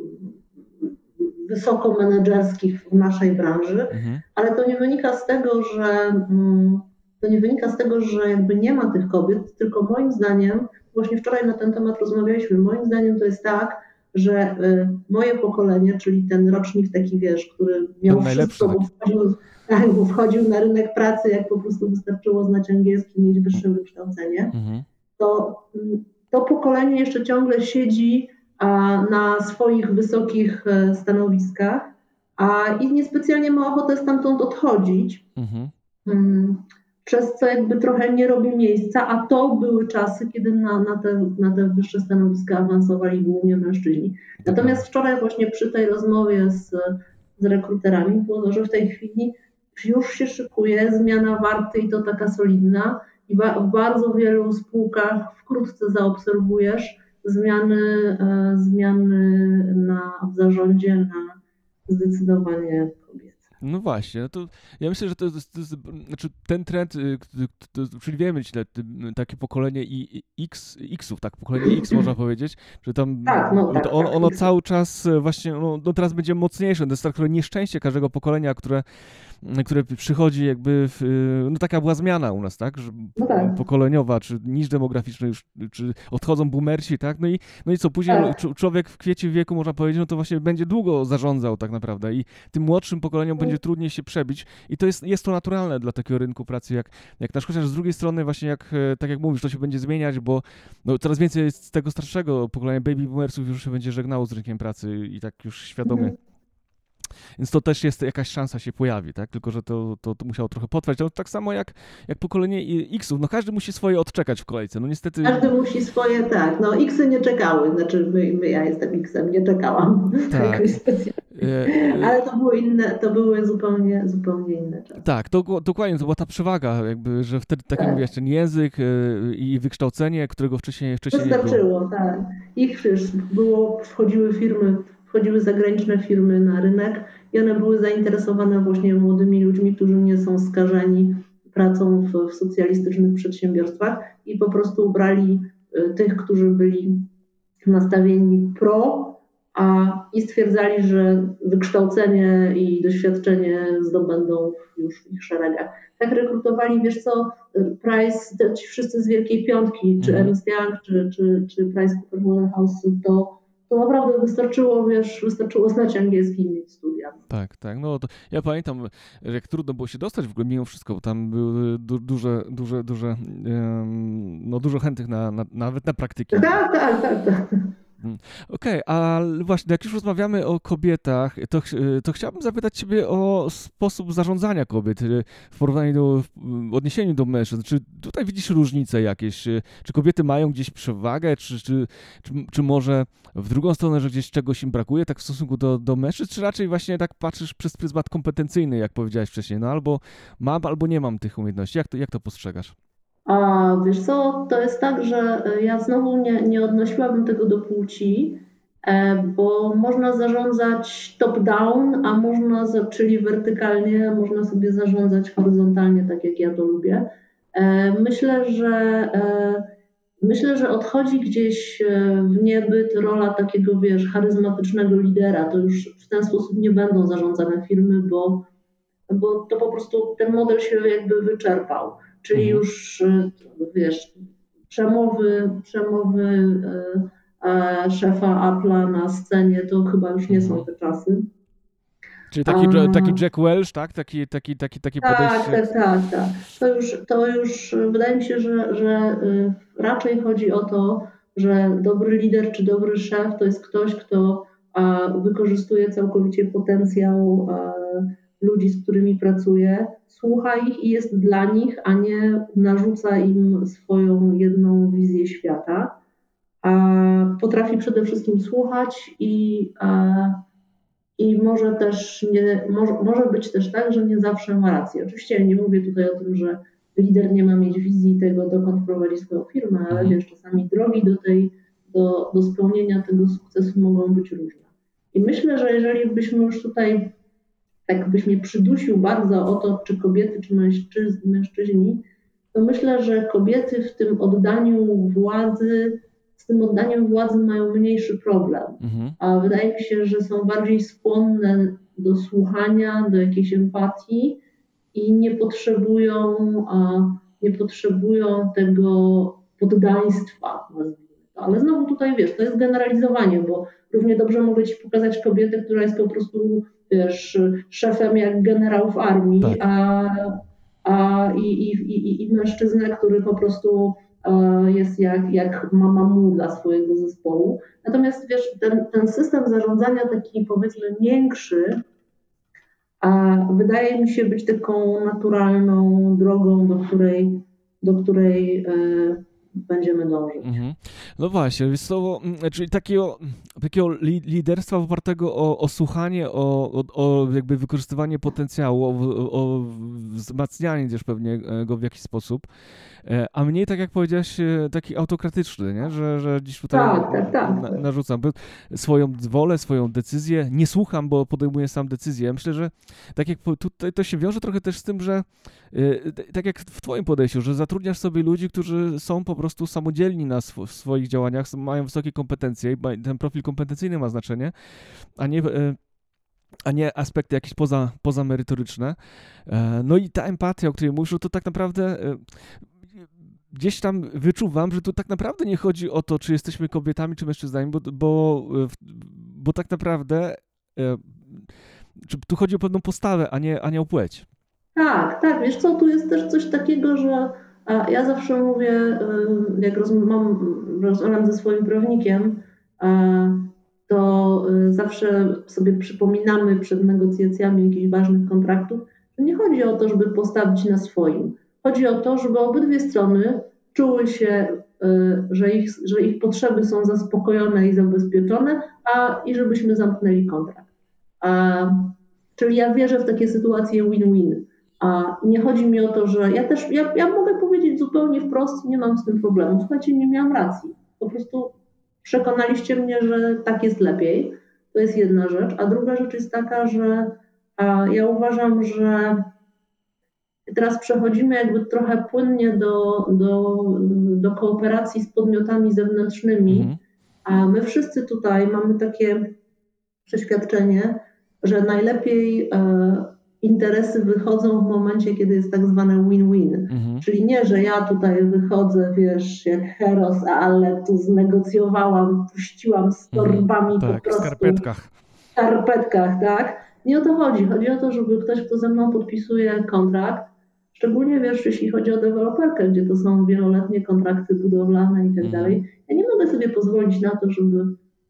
wysokomenedżerskich w naszej branży, Mhm. ale to nie wynika z tego, że mm, to nie wynika z tego, że jakby nie ma tych kobiet, tylko moim zdaniem, właśnie wczoraj na ten temat rozmawialiśmy, moim zdaniem to jest tak, że y, moje pokolenie, czyli ten rocznik taki, wiesz, który miał Ten najlepszy wszystko, bo wchodził, tak, bo wchodził na rynek pracy, jak po prostu wystarczyło znać angielski, mieć wyższe wykształcenie, Mhm. to mm, to pokolenie jeszcze ciągle siedzi a, na swoich wysokich e, stanowiskach a, i niespecjalnie ma ochotę stamtąd odchodzić. Mhm. Mm, przez co jakby trochę nie robi miejsca, a to były czasy, kiedy na, na, te, na te wyższe stanowiska awansowali głównie mężczyźni. Natomiast wczoraj właśnie przy tej rozmowie z, z rekruterami było to, że w tej chwili już się szykuje zmiana warty i to taka solidna i ba, w bardzo wielu spółkach wkrótce zaobserwujesz zmiany, e, zmiany na, w zarządzie na zdecydowanie kobiet. No właśnie, no to ja myślę, że to jest, to jest znaczy ten trend, y, k- to, to, czyli wiemy, źle, takie pokolenie i, i X, Xów, tak, pokolenie X można powiedzieć, że tam Tak, no tak, to on, tak, ono X. cały czas e, właśnie, no, no teraz będzie mocniejsze, to jest tak trochę nieszczęście każdego pokolenia, które, które przychodzi jakby, w, y, no taka była zmiana u nas, tak, że No tak. pokoleniowa, czy niż demograficzna już, czy odchodzą boomersi, tak, no i, no i co, później Tak. czu- człowiek w kwiecie wieku, można powiedzieć, no to właśnie będzie długo zarządzał tak naprawdę i tym młodszym pokoleniom będzie trudniej się przebić i to jest, jest to naturalne dla takiego rynku pracy jak, jak nasz, chociaż z drugiej strony właśnie jak, e, tak jak mówisz, to się będzie zmieniać, bo no, coraz więcej z tego starszego pokolenia baby boomersów już się będzie żegnało z rynkiem pracy i tak już świadomie. Mhm. Więc to też jest jakaś szansa się pojawi, tak? Tylko że to, to, to musiało trochę potrwać. To tak samo jak, jak pokolenie i- Xów. No każdy musi swoje odczekać w kolejce. No niestety. Każdy musi swoje, tak. No X-y nie czekały, znaczy my, my ja jestem X-em, nie czekałam Tak. jakoś specjalnie. e, e, Ale to były inne, to były zupełnie, zupełnie inne czasy. Tak, to, dokładnie, to była ta przewaga, jakby, że wtedy, tak jak Tak. mówiłaś, ten język e, i wykształcenie, którego wcześniej, wcześniej nie było. Wystarczyło, tak. Ich przecież było, wchodziły firmy, wchodziły zagraniczne firmy na rynek i one były zainteresowane właśnie młodymi ludźmi, którzy nie są skażeni pracą w, w socjalistycznych przedsiębiorstwach i po prostu brali y, tych, którzy byli nastawieni pro, a i stwierdzali, że wykształcenie i doświadczenie zdobędą już w ich szeregach. Tak rekrutowali, wiesz co, Price, ci wszyscy z Wielkiej Piątki, czy Mhm. Ernst Young, czy, czy, czy PricewaterhouseCoopers, to, to naprawdę wystarczyło, wiesz, wystarczyło znać angielski i mieć studia. Tak, tak. No to ja pamiętam, że jak trudno było się dostać w ogóle mimo wszystko, bo tam były du, duże, duże, duże, em, no dużo chętnych na, na, nawet na praktyki. Tak, tak, tak, tak. Okej, okay, a właśnie, jak już rozmawiamy o kobietach, to, to chciałbym zapytać Ciebie o sposób zarządzania kobiet w porównaniu do, w odniesieniu do mężczyzn. Czy tutaj widzisz różnice jakieś? Czy kobiety mają gdzieś przewagę, czy, czy, czy, czy może w drugą stronę, że gdzieś czegoś im brakuje, tak w stosunku do, do mężczyzn, czy raczej właśnie tak patrzysz przez pryzmat kompetencyjny, jak powiedziałeś wcześniej, no albo mam, albo nie mam tych umiejętności. Jak to, jak to postrzegasz? A wiesz co, to jest tak, że ja znowu nie, nie odnosiłabym tego do płci, bo można zarządzać top-down, a można, czyli wertykalnie, można sobie zarządzać horyzontalnie, tak jak ja to lubię. Myślę, że myślę, że odchodzi gdzieś w niebyt rola takiego, wiesz, charyzmatycznego lidera. To już w ten sposób nie będą zarządzane firmy, bo, bo to po prostu ten model się jakby wyczerpał. Czyli mhm. już, wiesz, przemowy, przemowy szefa Apple'a na scenie to chyba już nie są te czasy. Czyli taki, A... taki Jack Welch, tak? Taki, taki, taki, takie tak, podejście. Tak, tak, tak. To już, to już wydaje mi się, że, że raczej chodzi o to, że dobry lider czy dobry szef to jest ktoś, kto wykorzystuje całkowicie potencjał ludzi, z którymi pracuje, słucha ich i jest dla nich, a nie narzuca im swoją jedną wizję świata. Potrafi przede wszystkim słuchać i, i może też nie, może, może być też tak, że nie zawsze ma rację. Oczywiście nie mówię tutaj o tym, że lider nie ma mieć wizji tego, dokąd prowadzi swoją firmę, ale mhm. wiesz, czasami drogi do tej, do, do spełnienia tego sukcesu mogą być różne. I myślę, że jeżeli byśmy już tutaj tak byś mnie przydusił bardzo o to, czy kobiety, czy mężczyz- mężczyźni, to myślę, że kobiety w tym oddaniu władzy, z tym oddaniem władzy mają mniejszy problem. Mhm. A wydaje mi się, że są bardziej skłonne do słuchania, do jakiejś empatii i nie potrzebują, a, nie potrzebują tego poddaństwa, nazwijmy to. Ale znowu tutaj, wiesz, to jest generalizowanie, bo równie dobrze mogę ci pokazać kobietę, która jest po prostu, wiesz, szefem jak generał w armii, tak. a, a i, i, i, i mężczyznę, który po prostu e, jest jak, jak mama mu dla swojego zespołu. Natomiast wiesz, ten, ten system zarządzania taki, powiedzmy, miększy, a wydaje mi się być taką naturalną drogą, do której, do której e, będziemy dążyć. Mhm. No właśnie, więc to, czyli takiego, takiego liderstwa opartego o, o słuchanie, o, o, o jakby wykorzystywanie potencjału, o, o wzmacnianie też pewnie go w jakiś sposób, a mniej, tak jak powiedziałeś, taki autokratyczny, nie? Że, że dziś tutaj tak, tak, tak. Na, narzucam swoją wolę, swoją decyzję, nie słucham, bo podejmuję sam decyzję. Myślę, że tak jak tutaj to się wiąże trochę też z tym, że tak jak w twoim podejściu, że zatrudniasz sobie ludzi, którzy są po prostu samodzielni na sw- w swoich działaniach, mają wysokie kompetencje i ten profil kompetencyjny ma znaczenie, a nie a nie aspekty jakieś poza, pozamerytoryczne. No i ta empatia, o której mówisz, to tak naprawdę gdzieś tam wyczuwam, że tu tak naprawdę nie chodzi o to, czy jesteśmy kobietami, czy mężczyznami, bo, bo, bo tak naprawdę czy tu chodzi o pewną postawę, a nie, a nie o płeć. Tak, tak. Wiesz co, tu jest też coś takiego, że ja zawsze mówię, jak rozmawiam, rozmawiam ze swoim prawnikiem, to zawsze sobie przypominamy przed negocjacjami jakichś ważnych kontraktów, że nie chodzi o to, żeby postawić na swoim. Chodzi o to, żeby obydwie strony czuły się, że ich, że ich potrzeby są zaspokojone i zabezpieczone, a i żebyśmy zamknęli kontrakt. A, czyli ja wierzę w takie sytuacje win-win. A nie chodzi mi o to, że ja też, ja, ja mogę powiedzieć zupełnie wprost, nie mam z tym problemu. Słuchajcie, nie miałam racji. Po prostu przekonaliście mnie, że tak jest lepiej. To jest jedna rzecz. A druga rzecz jest taka, że a, ja uważam, że teraz przechodzimy jakby trochę płynnie do, do, do kooperacji z podmiotami zewnętrznymi, mhm. a my wszyscy tutaj mamy takie przeświadczenie, że najlepiej e, interesy wychodzą w momencie, kiedy jest tak zwane win-win. Mhm. Czyli nie, że ja tutaj wychodzę, wiesz, jak heros, ale tu znegocjowałam, puściłam z torbami mhm. tak, po prostu. w skarpetkach. W skarpetkach, tak? Nie o to chodzi. Chodzi o to, żeby ktoś, kto ze mną podpisuje kontrakt, szczególnie, wiesz, jeśli chodzi o deweloperkę, gdzie to są wieloletnie kontrakty budowlane i tak dalej. Ja nie mogę sobie pozwolić na to, żeby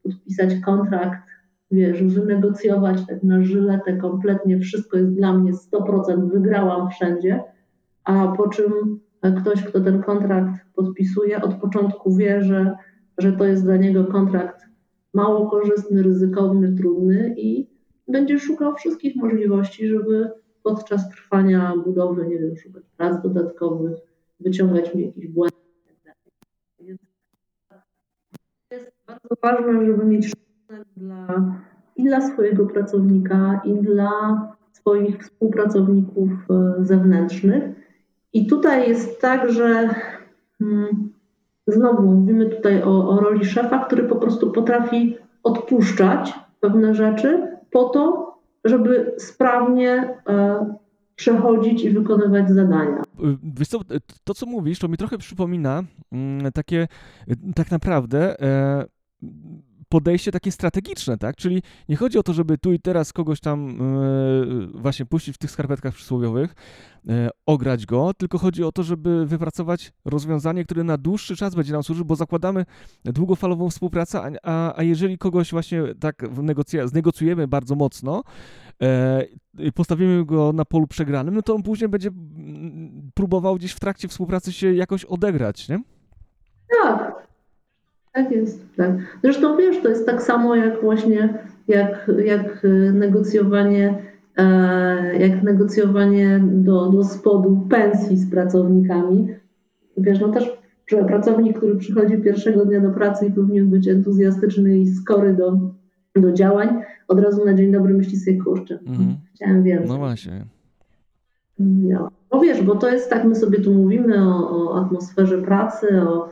podpisać kontrakt, wiesz, wynegocjować tak na żyletę kompletnie, wszystko jest dla mnie sto procent, wygrałam wszędzie, a po czym ktoś, kto ten kontrakt podpisuje, od początku wie, że, że to jest dla niego kontrakt mało korzystny, ryzykowny, trudny i będzie szukał wszystkich możliwości, żeby podczas trwania budowy, nie wiem, szukać prac dodatkowych, wyciągać mi jakiś błęd itd. Więc jest bardzo ważne, żeby mieć szacunek dla, i dla swojego pracownika, i dla swoich współpracowników zewnętrznych. I tutaj jest tak, że hmm, znowu mówimy tutaj o, o roli szefa, który po prostu potrafi odpuszczać pewne rzeczy po to, żeby sprawnie e, przechodzić i wykonywać zadania. Wiesz co, to co mówisz, to mi trochę przypomina mm, takie tak naprawdę e, podejście takie strategiczne, tak? Czyli nie chodzi o to, żeby tu i teraz kogoś tam e, właśnie puścić w tych skarpetkach przysłowiowych, e, ograć go, tylko chodzi o to, żeby wypracować rozwiązanie, które na dłuższy czas będzie nam służyć, bo zakładamy długofalową współpracę, a, a jeżeli kogoś właśnie tak negocja- znegocjujemy bardzo mocno, e, postawimy go na polu przegranym, no to on później będzie próbował gdzieś w trakcie współpracy się jakoś odegrać, nie? Tak. Tak jest, tak. Zresztą wiesz, to jest tak samo jak właśnie jak, jak negocjowanie, e, jak negocjowanie do, do spodu pensji z pracownikami. Wiesz, no też że pracownik, który przychodzi pierwszego dnia do pracy i powinien być entuzjastyczny i skory do, do działań, od razu na dzień dobry myśli sobie, kurczę, Mhm. chciałem więcej. No właśnie. No. no wiesz, bo to jest tak, my sobie tu mówimy o, o atmosferze pracy, o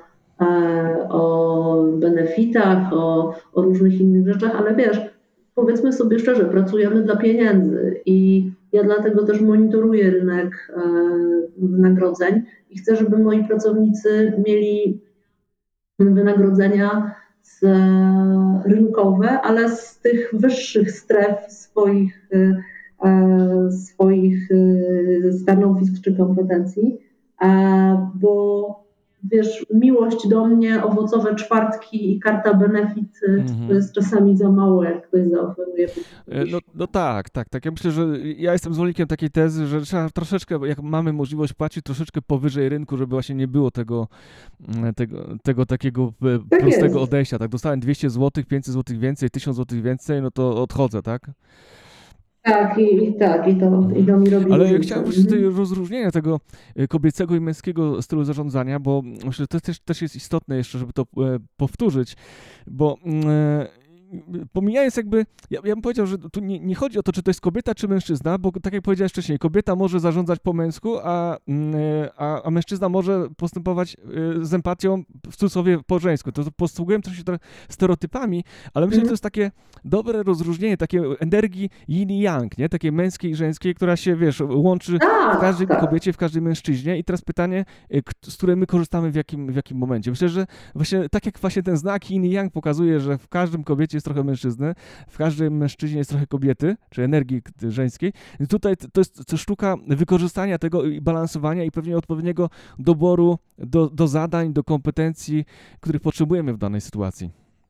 o benefitach, o, o różnych innych rzeczach, ale wiesz, powiedzmy sobie szczerze, pracujemy dla pieniędzy i ja dlatego też monitoruję rynek wynagrodzeń i chcę, żeby moi pracownicy mieli wynagrodzenia z, rynkowe, ale z tych wyższych stref swoich, swoich stanowisk czy kompetencji, bo wiesz, miłość do mnie, owocowe czwartki i karta benefit, mm-hmm. to jest czasami za mało, jak ktoś zaoferuje. No, no tak, tak, tak. Ja myślę, że ja jestem zwolennikiem takiej tezy, że trzeba troszeczkę, jak mamy możliwość płacić, troszeczkę powyżej rynku, żeby właśnie nie było tego, tego, tego takiego tak prostego jest. Odejścia. Tak, dostałem dwieście złotych, pięćset złotych więcej, tysiąc złotych więcej, no to odchodzę, tak? Tak, i, i tak, i to, i to mi robi. Ale chciałem wrócić do tej rozróżnienia tego kobiecego i męskiego stylu zarządzania, bo myślę, że to też, też jest istotne jeszcze, żeby to e, powtórzyć, bo e, pomijając jakby, ja, ja bym powiedział, że tu nie, nie chodzi o to, czy to jest kobieta, czy mężczyzna, bo tak jak powiedziałeś wcześniej, kobieta może zarządzać po męsku, a, a, a mężczyzna może postępować z empatią w cudzysłowie po żeńsku. To posługujemy troszkę stereotypami, ale myślę, że to jest takie dobre rozróżnienie takiej energii yin i yang, nie? Takiej męskiej i żeńskiej, która się, wiesz, łączy w każdej kobiecie, w każdej mężczyźnie. I teraz pytanie, z której my korzystamy w jakim, w jakim momencie. Myślę, że właśnie tak jak właśnie ten znak yin i yang pokazuje, że w każdym kobiecie jest trochę mężczyzny, w każdym mężczyźnie jest trochę kobiety, czy energii żeńskiej. I tutaj to jest to sztuka wykorzystania tego i balansowania i pewnie odpowiedniego doboru do, do zadań, do kompetencji, których potrzebujemy w danej sytuacji.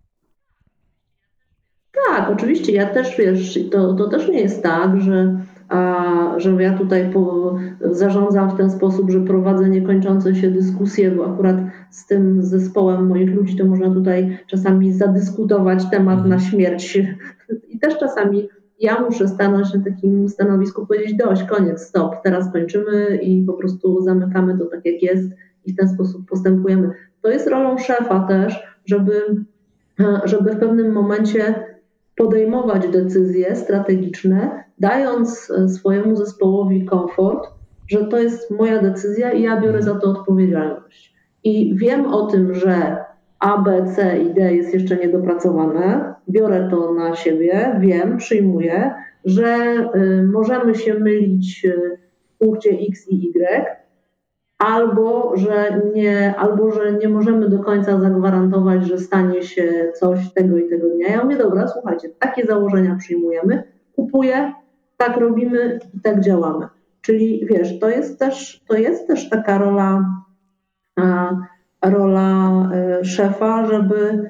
Tak, oczywiście. Ja też, wiesz, to, to też nie jest tak, że, a, że ja tutaj po, zarządzam w ten sposób, że prowadzę niekończące się dyskusje, bo akurat z tym zespołem moich ludzi to można tutaj czasami zadyskutować temat na śmierć. I też czasami ja muszę stanąć na takim stanowisku, powiedzieć dość, koniec, stop, teraz kończymy i po prostu zamykamy to tak jak jest i w ten sposób postępujemy. To jest rolą szefa też, żeby, żeby w pewnym momencie podejmować decyzje strategiczne, dając swojemu zespołowi komfort, że to jest moja decyzja i ja biorę za to odpowiedzialność. I wiem o tym, że A, B, C i D jest jeszcze niedopracowane, biorę to na siebie, wiem, przyjmuję, że y, możemy się mylić w punkcie X i Y, albo że, nie, albo że nie możemy do końca zagwarantować, że stanie się coś tego i tego dnia. Ja mówię, dobra, słuchajcie, takie założenia przyjmujemy, kupuję, tak robimy i tak działamy. Czyli wiesz, to jest też, to jest też taka rola, a, rola szefa, żeby,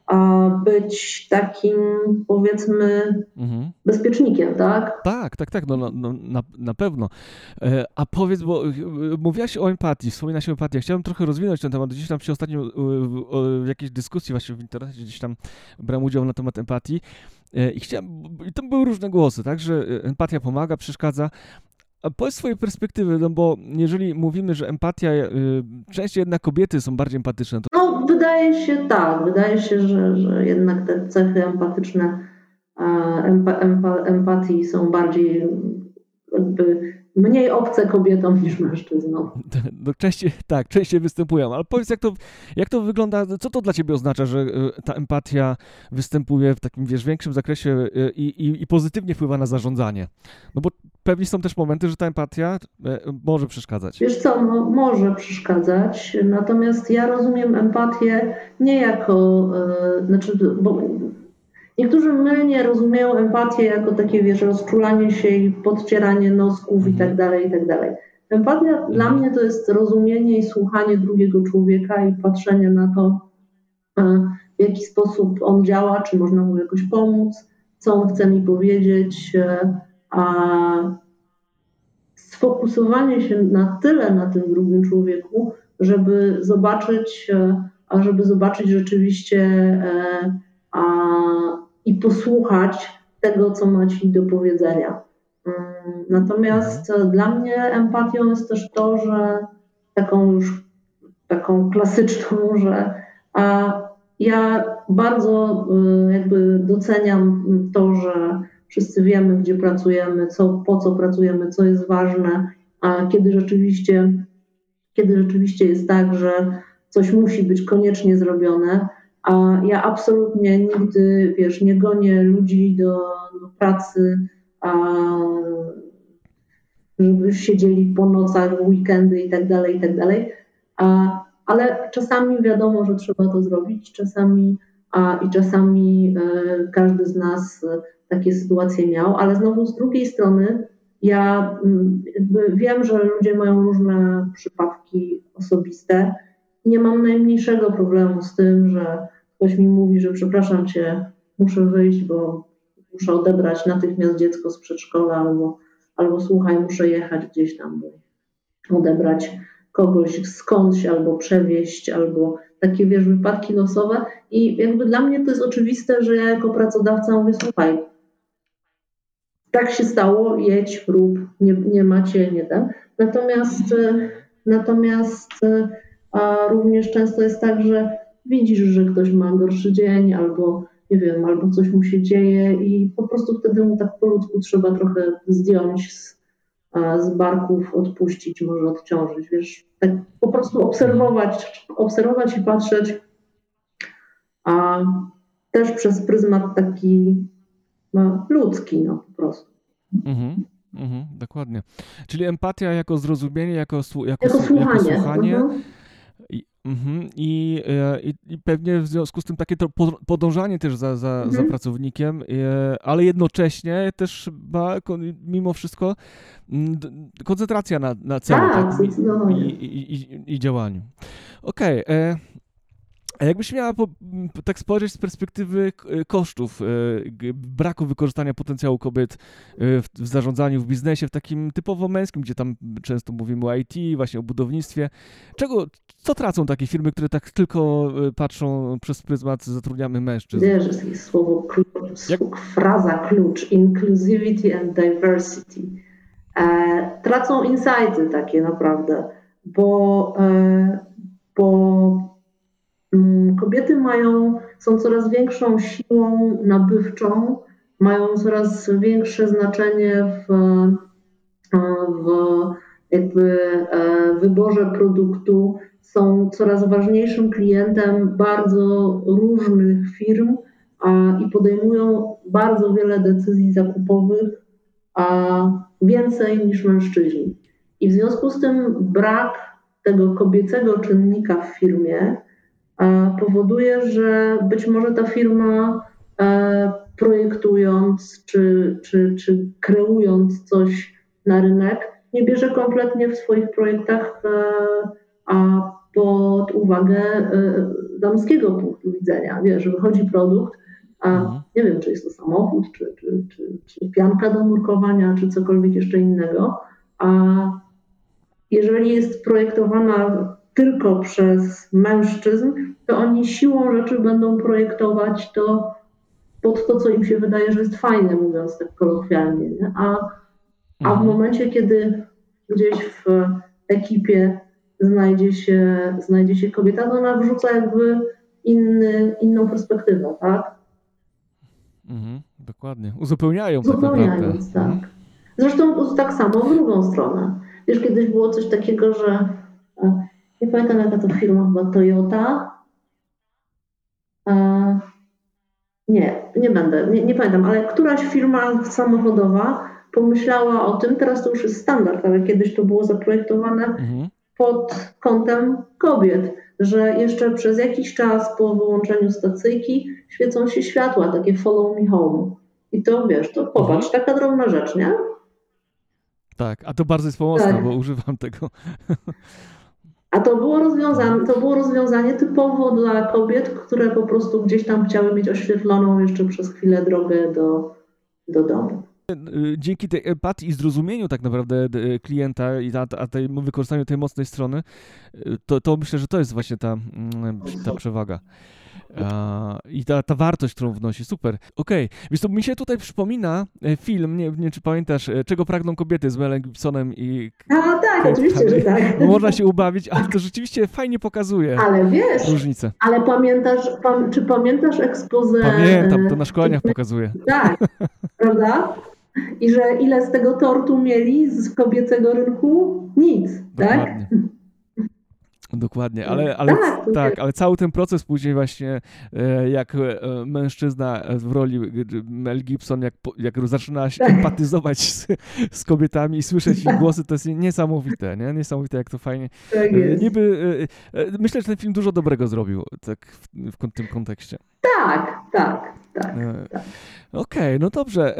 a, być takim, powiedzmy, Mhm. bezpiecznikiem, tak? Tak, tak, tak, no, no, no na, na pewno. E, a powiedz, bo e, mówiłaś o empatii, wspominałaś o empatii. Ja chciałem trochę rozwinąć ten temat. Gdzieś tam się ostatnio e, w, o, w jakiejś dyskusji właśnie w internecie gdzieś tam brałem udział na temat empatii e, i chciałem, i tam były różne głosy, tak, że empatia pomaga, przeszkadza. A powiedz swojej perspektywy, no bo jeżeli mówimy, że empatia, y, częściej jednak kobiety są bardziej empatyczne, to No, wydaje się tak, wydaje się, że, że jednak te cechy empatyczne, e, empa, empa, empatii są bardziej jakby mniej obce kobietom niż mężczyznom. no częściej, tak, częściej występują. Ale powiedz, jak to, jak to wygląda, co to dla ciebie oznacza, że y, ta empatia występuje w takim, wiesz, większym zakresie y, i, i pozytywnie wpływa na zarządzanie? No bo pewnie są też momenty, że ta empatia y, może przeszkadzać. Wiesz co, no, może przeszkadzać, natomiast ja rozumiem empatię nie jako, e, znaczy, bo niektórzy mylnie rozumieją empatię jako takie, wiesz, rozczulanie się i podcieranie nosków i tak dalej, i tak dalej. Empatia dla mnie to jest rozumienie i słuchanie drugiego człowieka i patrzenie na to, e, w jaki sposób on działa, czy można mu jakoś pomóc, co on chce mi powiedzieć, e, a sfokusowanie się na tyle na tym drugim człowieku, żeby zobaczyć, e, a żeby zobaczyć rzeczywiście e, a, i posłuchać tego, co ma ci do powiedzenia. Mm, Natomiast e, dla mnie empatią jest też to, że taką już taką klasyczną, że a ja bardzo y, jakby doceniam to, że wszyscy wiemy, gdzie pracujemy, co, po co pracujemy, co jest ważne, a kiedy rzeczywiście, kiedy rzeczywiście jest tak, że coś musi być koniecznie zrobione, a ja absolutnie nigdy, wiesz, nie gonię ludzi do, do pracy, a, żeby siedzieli po nocach, w weekendy i tak dalej, i tak dalej. A, ale czasami wiadomo, że trzeba to zrobić, czasami a, i czasami e, każdy z nas e, takie sytuacje miał, ale znowu z drugiej strony ja m, jakby wiem, że ludzie mają różne przypadki osobiste i nie mam najmniejszego problemu z tym, że ktoś mi mówi, że przepraszam cię, muszę wyjść, bo muszę odebrać natychmiast dziecko z przedszkola albo, albo słuchaj, muszę jechać gdzieś tam, bo odebrać kogoś skądś, albo przewieźć, albo takie, wiesz, wypadki losowe. I jakby dla mnie to jest oczywiste, że ja jako pracodawca mówię, słuchaj, tak się stało, jedź, rób, nie, nie macie, nie ten. Natomiast, natomiast a również często jest tak, że widzisz, że ktoś ma gorszy dzień, albo nie wiem, albo coś mu się dzieje i po prostu wtedy mu tak po ludzku trzeba trochę zdjąć z z barków, odpuścić, może odciążyć, wiesz, tak po prostu obserwować, obserwować i patrzeć, a też przez pryzmat taki no, ludzki, no po prostu. Mhm, mhm, dokładnie. Czyli empatia jako zrozumienie, jako, słu- jako, Jako słu- słuchanie. jako słuchanie Mhm. i, mhm, i, e, i, i pewnie w związku z tym takie to po- podążanie też za, za, Mhm. za pracownikiem, e, ale jednocześnie też ma, ko- mimo wszystko m, d- koncentracja na, na celu Tak, tak? I, zdecydowanie. i, i, i, i działaniu. Okej. e, A jakbyś miała po, m, tak spojrzeć z perspektywy k- kosztów, e, g- braku wykorzystania potencjału kobiet e, w, w zarządzaniu, w biznesie, w takim typowo męskim, gdzie tam często mówimy o I T, właśnie o budownictwie. Czego, co tracą takie firmy, które tak tylko e, patrzą przez pryzmat zatrudniamy mężczyzn? Wiesz, jest słowo klucz, Jak- fraza klucz, inclusivity and diversity. E, tracą insighty takie naprawdę, bo, e, bo mm, kobiety mają, są coraz większą siłą nabywczą, mają coraz większe znaczenie w, e, w jakby e, wyborze produktu, są coraz ważniejszym klientem bardzo różnych firm a, i podejmują bardzo wiele decyzji zakupowych, a więcej niż mężczyźni. I w związku z tym brak tego kobiecego czynnika w firmie e, powoduje, że być może ta firma e, projektując czy, czy, czy kreując coś na rynek, nie bierze kompletnie w swoich projektach e, a pod uwagę e, damskiego punktu widzenia. Wiesz, wychodzi produkt, a Mhm. nie wiem, czy jest to samochód, czy, czy, czy, czy pianka do nurkowania, czy cokolwiek jeszcze innego, a jeżeli jest projektowana tylko przez mężczyzn, to oni siłą rzeczy będą projektować to pod to, co im się wydaje, że jest fajne, mówiąc tak kolokwialnie. Nie? A, a w Mhm. momencie, kiedy gdzieś w ekipie znajdzie się, znajdzie się kobieta, to ona wrzuca jakby inny, inną perspektywę, tak? Mhm. Dokładnie. Uzupełniają tak naprawdę. Uzupełniając, tak. Mhm. Zresztą tak samo w drugą stronę. Wiesz, kiedyś było coś takiego, że e, nie pamiętam jaka to firma, chyba Toyota. E, nie, nie będę, nie, nie pamiętam, ale któraś firma samochodowa pomyślała o tym, teraz to już jest standard, ale kiedyś to było zaprojektowane Mhm. pod kątem kobiet, że jeszcze przez jakiś czas po wyłączeniu stacyjki świecą się światła, takie follow me home. I to wiesz, to popatrz, Mhm. taka drobna rzecz, nie? Tak, a to bardzo jest pomocne, Tak. bo używam tego. A to było rozwiązanie, to było rozwiązanie typowo dla kobiet, które po prostu gdzieś tam chciały mieć oświetloną jeszcze przez chwilę drogę do, do domu. Y, Dzięki tej empatii i zrozumieniu tak naprawdę y, klienta i a, a tej, wykorzystaniu tej mocnej strony, y, to, to myślę, że to jest właśnie ta, mm, ta przewaga. A, I ta, ta wartość, którą wnosi. Super. Okej. Wiesz, to mi się tutaj przypomina e, film, nie, nie wiem, czy pamiętasz, e, Czego pragną kobiety z Melem Gibsonem i A tak, Kate oczywiście, że tak. Bo można się ubawić, ale to rzeczywiście fajnie pokazuje Ale wiesz, różnicę. ale pamiętasz, pam, czy pamiętasz expose? Pamiętam, to e, na szkoleniach pokazuje. Tak, prawda? I że ile z tego tortu mieli z kobiecego rynku? Nic, tak? Dokładnie. Dokładnie, ale, ale Tak, to tak, wiesz. ale cały ten proces później właśnie, e, jak e, mężczyzna w roli e, Mel Gibson, jak, po- jak zaczyna się Tak. empatyzować z, z kobietami i słyszeć ich głosy, to jest niesamowite, nie? Niesamowite, jak to fajnie. Tak E, jest. Niby, e, e, myślę, że ten film dużo dobrego zrobił, tak w, w kon- tym kontekście. Tak, tak, tak. E, tak. Okej, no dobrze.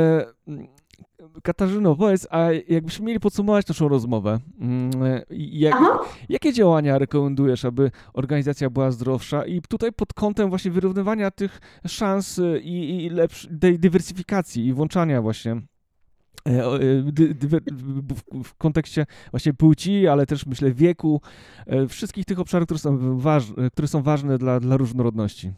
E, Katarzyno, powiedz, a jakbyśmy mieli podsumować naszą rozmowę, mm, jak, Aha. jakie działania rekomendujesz, aby organizacja była zdrowsza i tutaj pod kątem właśnie wyrównywania tych szans i, i lepsz, tej dywersyfikacji i włączania właśnie e, o, e, dy, dywer, w, w kontekście właśnie płci, ale też myślę wieku, e, wszystkich tych obszarów, które są, waż, które są ważne dla, dla różnorodności.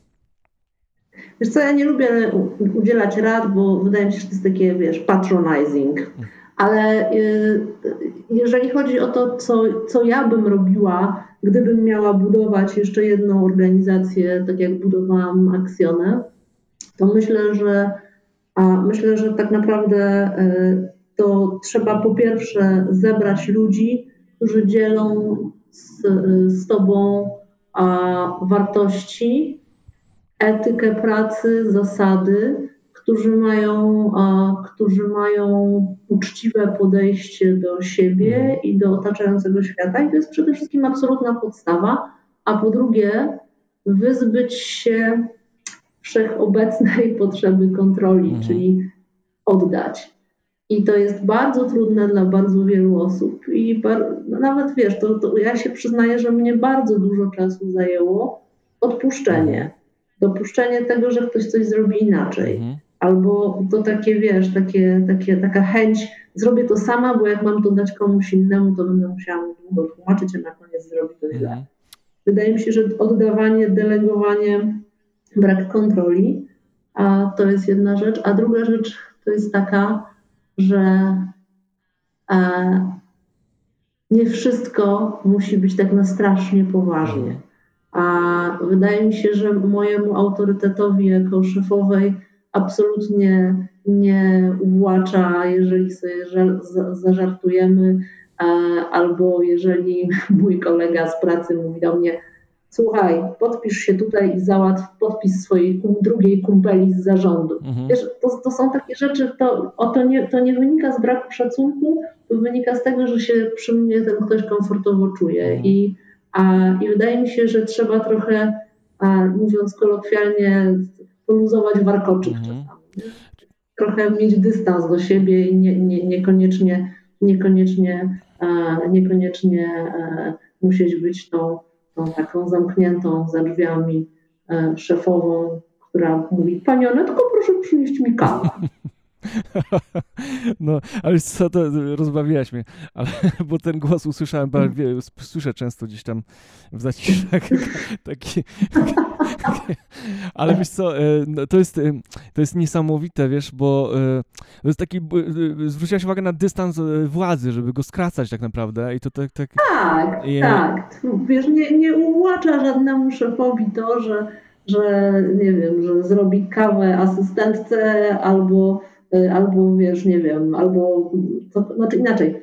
Wiesz co, ja nie lubię u- udzielać rad, bo wydaje mi się, że to jest takie, wiesz, patronizing. Ale y, jeżeli chodzi o to, co, co ja bym robiła, gdybym miała budować jeszcze jedną organizację, tak jak budowałam Accionę, to myślę, że a myślę, że tak naprawdę y, to trzeba po pierwsze zebrać ludzi, którzy dzielą z, z tobą a, wartości, etykę pracy, zasady, którzy mają, a, którzy mają uczciwe podejście do siebie i do otaczającego świata. I to jest przede wszystkim absolutna podstawa. A po drugie, wyzbyć się wszechobecnej potrzeby kontroli, Mhm. czyli oddać. I to jest bardzo trudne dla bardzo wielu osób. I bar- no nawet wiesz, to, to ja się przyznaję, że mnie bardzo dużo czasu zajęło odpuszczenie. Dopuszczenie tego, że ktoś coś zrobi inaczej. Mhm. Albo to takie, wiesz, takie, takie, taka chęć, zrobię to sama, bo jak mam to dać komuś innemu, to będę musiała mu długo tłumaczyć, a na koniec zrobi to źle. Mhm. Wydaje mi się, że oddawanie, delegowanie, brak kontroli, a to jest jedna rzecz. A druga rzecz to jest taka, że e, nie wszystko musi być tak na strasznie poważnie. A wydaje mi się, że mojemu autorytetowi jako szefowej absolutnie nie uwłacza, jeżeli sobie żal, za, zażartujemy, e, albo jeżeli mój kolega z pracy mówi do mnie: słuchaj, podpisz się tutaj i załatw podpis swojej kum, drugiej kumpeli z zarządu. Mhm. Wiesz, to, to są takie rzeczy, to, o to, nie, to nie wynika z braku szacunku, to wynika z tego, że się przy mnie ten ktoś komfortowo czuje. Mhm. I, a, I wydaje mi się, że trzeba trochę, a, mówiąc kolokwialnie, poluzować warkoczyk Mhm. czasami. Nie? Trochę mieć dystans do siebie i nie, nie, niekoniecznie, niekoniecznie, a, niekoniecznie a, musieć być tą tą taką zamkniętą za drzwiami e, szefową, która mówi: Pani Anetko, proszę przynieść mi kawę. No, ale co, to rozbawiłaś mnie, ale, bo ten głos usłyszałem, słyszę często gdzieś tam w zaciszach, taki, ale wiesz co, to jest, to jest niesamowite, wiesz, bo to jest taki, zwróciłaś uwagę na dystans władzy, żeby go skracać tak naprawdę i to tak... Tak, tak, i... tak. Wiesz, nie, nie uwłacza żadnemu szefowi to, że, że nie wiem, że zrobi kawę asystentce albo albo wiesz, nie wiem, albo to, znaczy inaczej.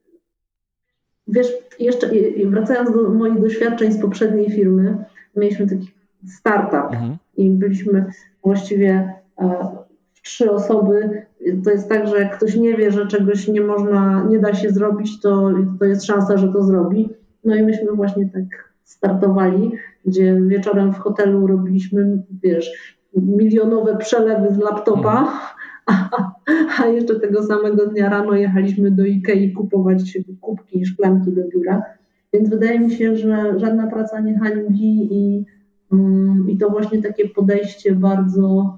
Wiesz, jeszcze wracając do moich doświadczeń z poprzedniej firmy, mieliśmy taki startup mhm. i byliśmy właściwie e, trzy osoby. To jest tak, że jak ktoś nie wie, że czegoś nie można, nie da się zrobić, to, to jest szansa, że to zrobi. No i myśmy właśnie tak startowali, gdzie wieczorem w hotelu robiliśmy, wiesz, milionowe przelewy z laptopa, mhm. A, a jeszcze tego samego dnia rano jechaliśmy do Ikei kupować kubki i szklanki do biura. Więc wydaje mi się, że żadna praca nie hańbi i, um, i to właśnie takie podejście bardzo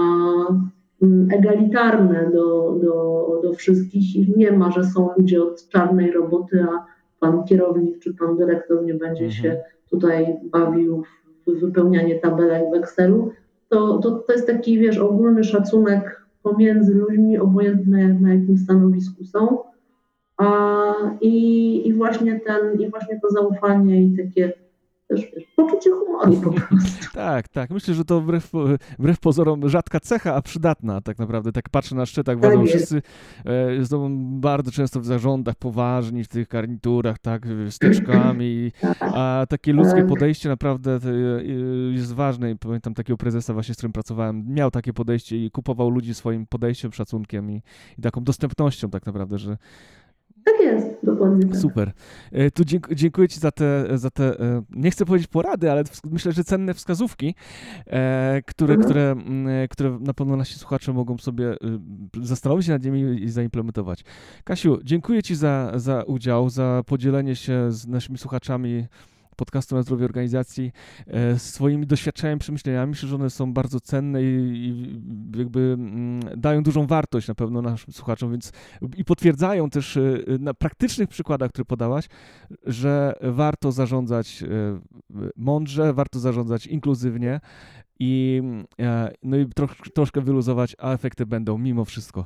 um, egalitarne do, do, do wszystkich. I nie ma, że są ludzie od czarnej roboty, a pan kierownik czy pan dyrektor nie będzie mhm. się tutaj bawił w wypełnianie tabelek w Excelu. To, to, to jest taki, wiesz, ogólny szacunek pomiędzy ludźmi, obojętne na jakim stanowisku są. A, i, i, właśnie ten, i właśnie to zaufanie i takie też wiesz, poczucie humoru po prostu. Tak, tak. Myślę, że to wbrew, wbrew pozorom rzadka cecha, a przydatna tak naprawdę. Tak patrzę na szczytach władzą, tak wszyscy e, są bardzo często w zarządach poważni, w tych garniturach, tak, z teczkami, a takie ludzkie podejście naprawdę jest ważne. I pamiętam takiego prezesa właśnie, z którym pracowałem, miał takie podejście i kupował ludzi swoim podejściem, szacunkiem i, i taką dostępnością tak naprawdę, że tak jest, dokładnie tak. Super. Tu dziękuję Ci za te, za te, nie chcę powiedzieć porady, ale myślę, że cenne wskazówki, które, mhm. które, które na pewno nasi słuchacze mogą sobie zastanowić się nad nimi i zaimplementować. Kasiu, dziękuję Ci za, za udział, za podzielenie się z naszymi słuchaczami podcastu Na zdrowie organizacji e, swoimi doświadczeniami, przemyśleniami. Myślę, że one są bardzo cenne i, i jakby m, dają dużą wartość na pewno naszym słuchaczom, więc i potwierdzają też e, na praktycznych przykładach, które podałaś, że warto zarządzać e, mądrze, warto zarządzać inkluzywnie i, e, no i trosz, troszkę wyluzować, a efekty będą mimo wszystko.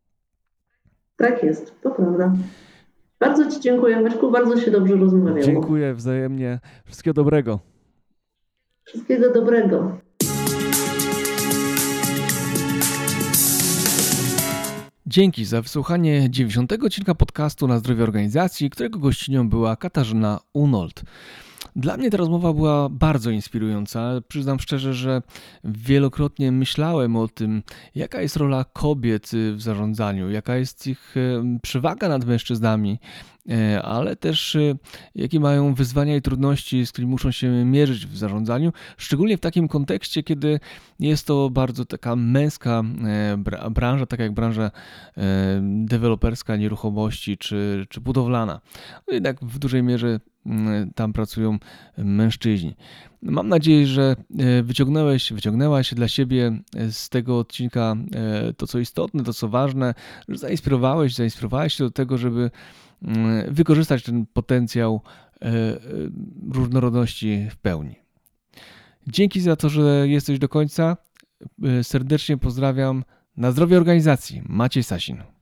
Tak jest, to prawda. Bardzo Ci dziękuję, Maćku, bardzo się dobrze rozmawiało. Dziękuję wzajemnie. Wszystkiego dobrego. Wszystkiego dobrego. Dzięki za wysłuchanie dziewięćdziesiątego odcinka podcastu Na zdrowie organizacji, którego gościnią była Katarzyna Unold. Dla mnie ta rozmowa była bardzo inspirująca. Przyznam szczerze, że wielokrotnie myślałem o tym, jaka jest rola kobiet w zarządzaniu, jaka jest ich przewaga nad mężczyznami, ale też jakie mają wyzwania i trudności, z którymi muszą się mierzyć w zarządzaniu, szczególnie w takim kontekście, kiedy jest to bardzo taka męska branża, tak jak branża deweloperska, nieruchomości czy, czy budowlana. No jednak w dużej mierze tam pracują mężczyźni. Mam nadzieję, że wyciągnąłeś, wyciągnęłaś dla siebie z tego odcinka to, co istotne, to, co ważne, że zainspirowałeś, zainspirowałeś się do tego, żeby wykorzystać ten potencjał różnorodności w pełni. Dzięki za to, że jesteś do końca. Serdecznie pozdrawiam. Na zdrowie organizacji. Maciej Sasin.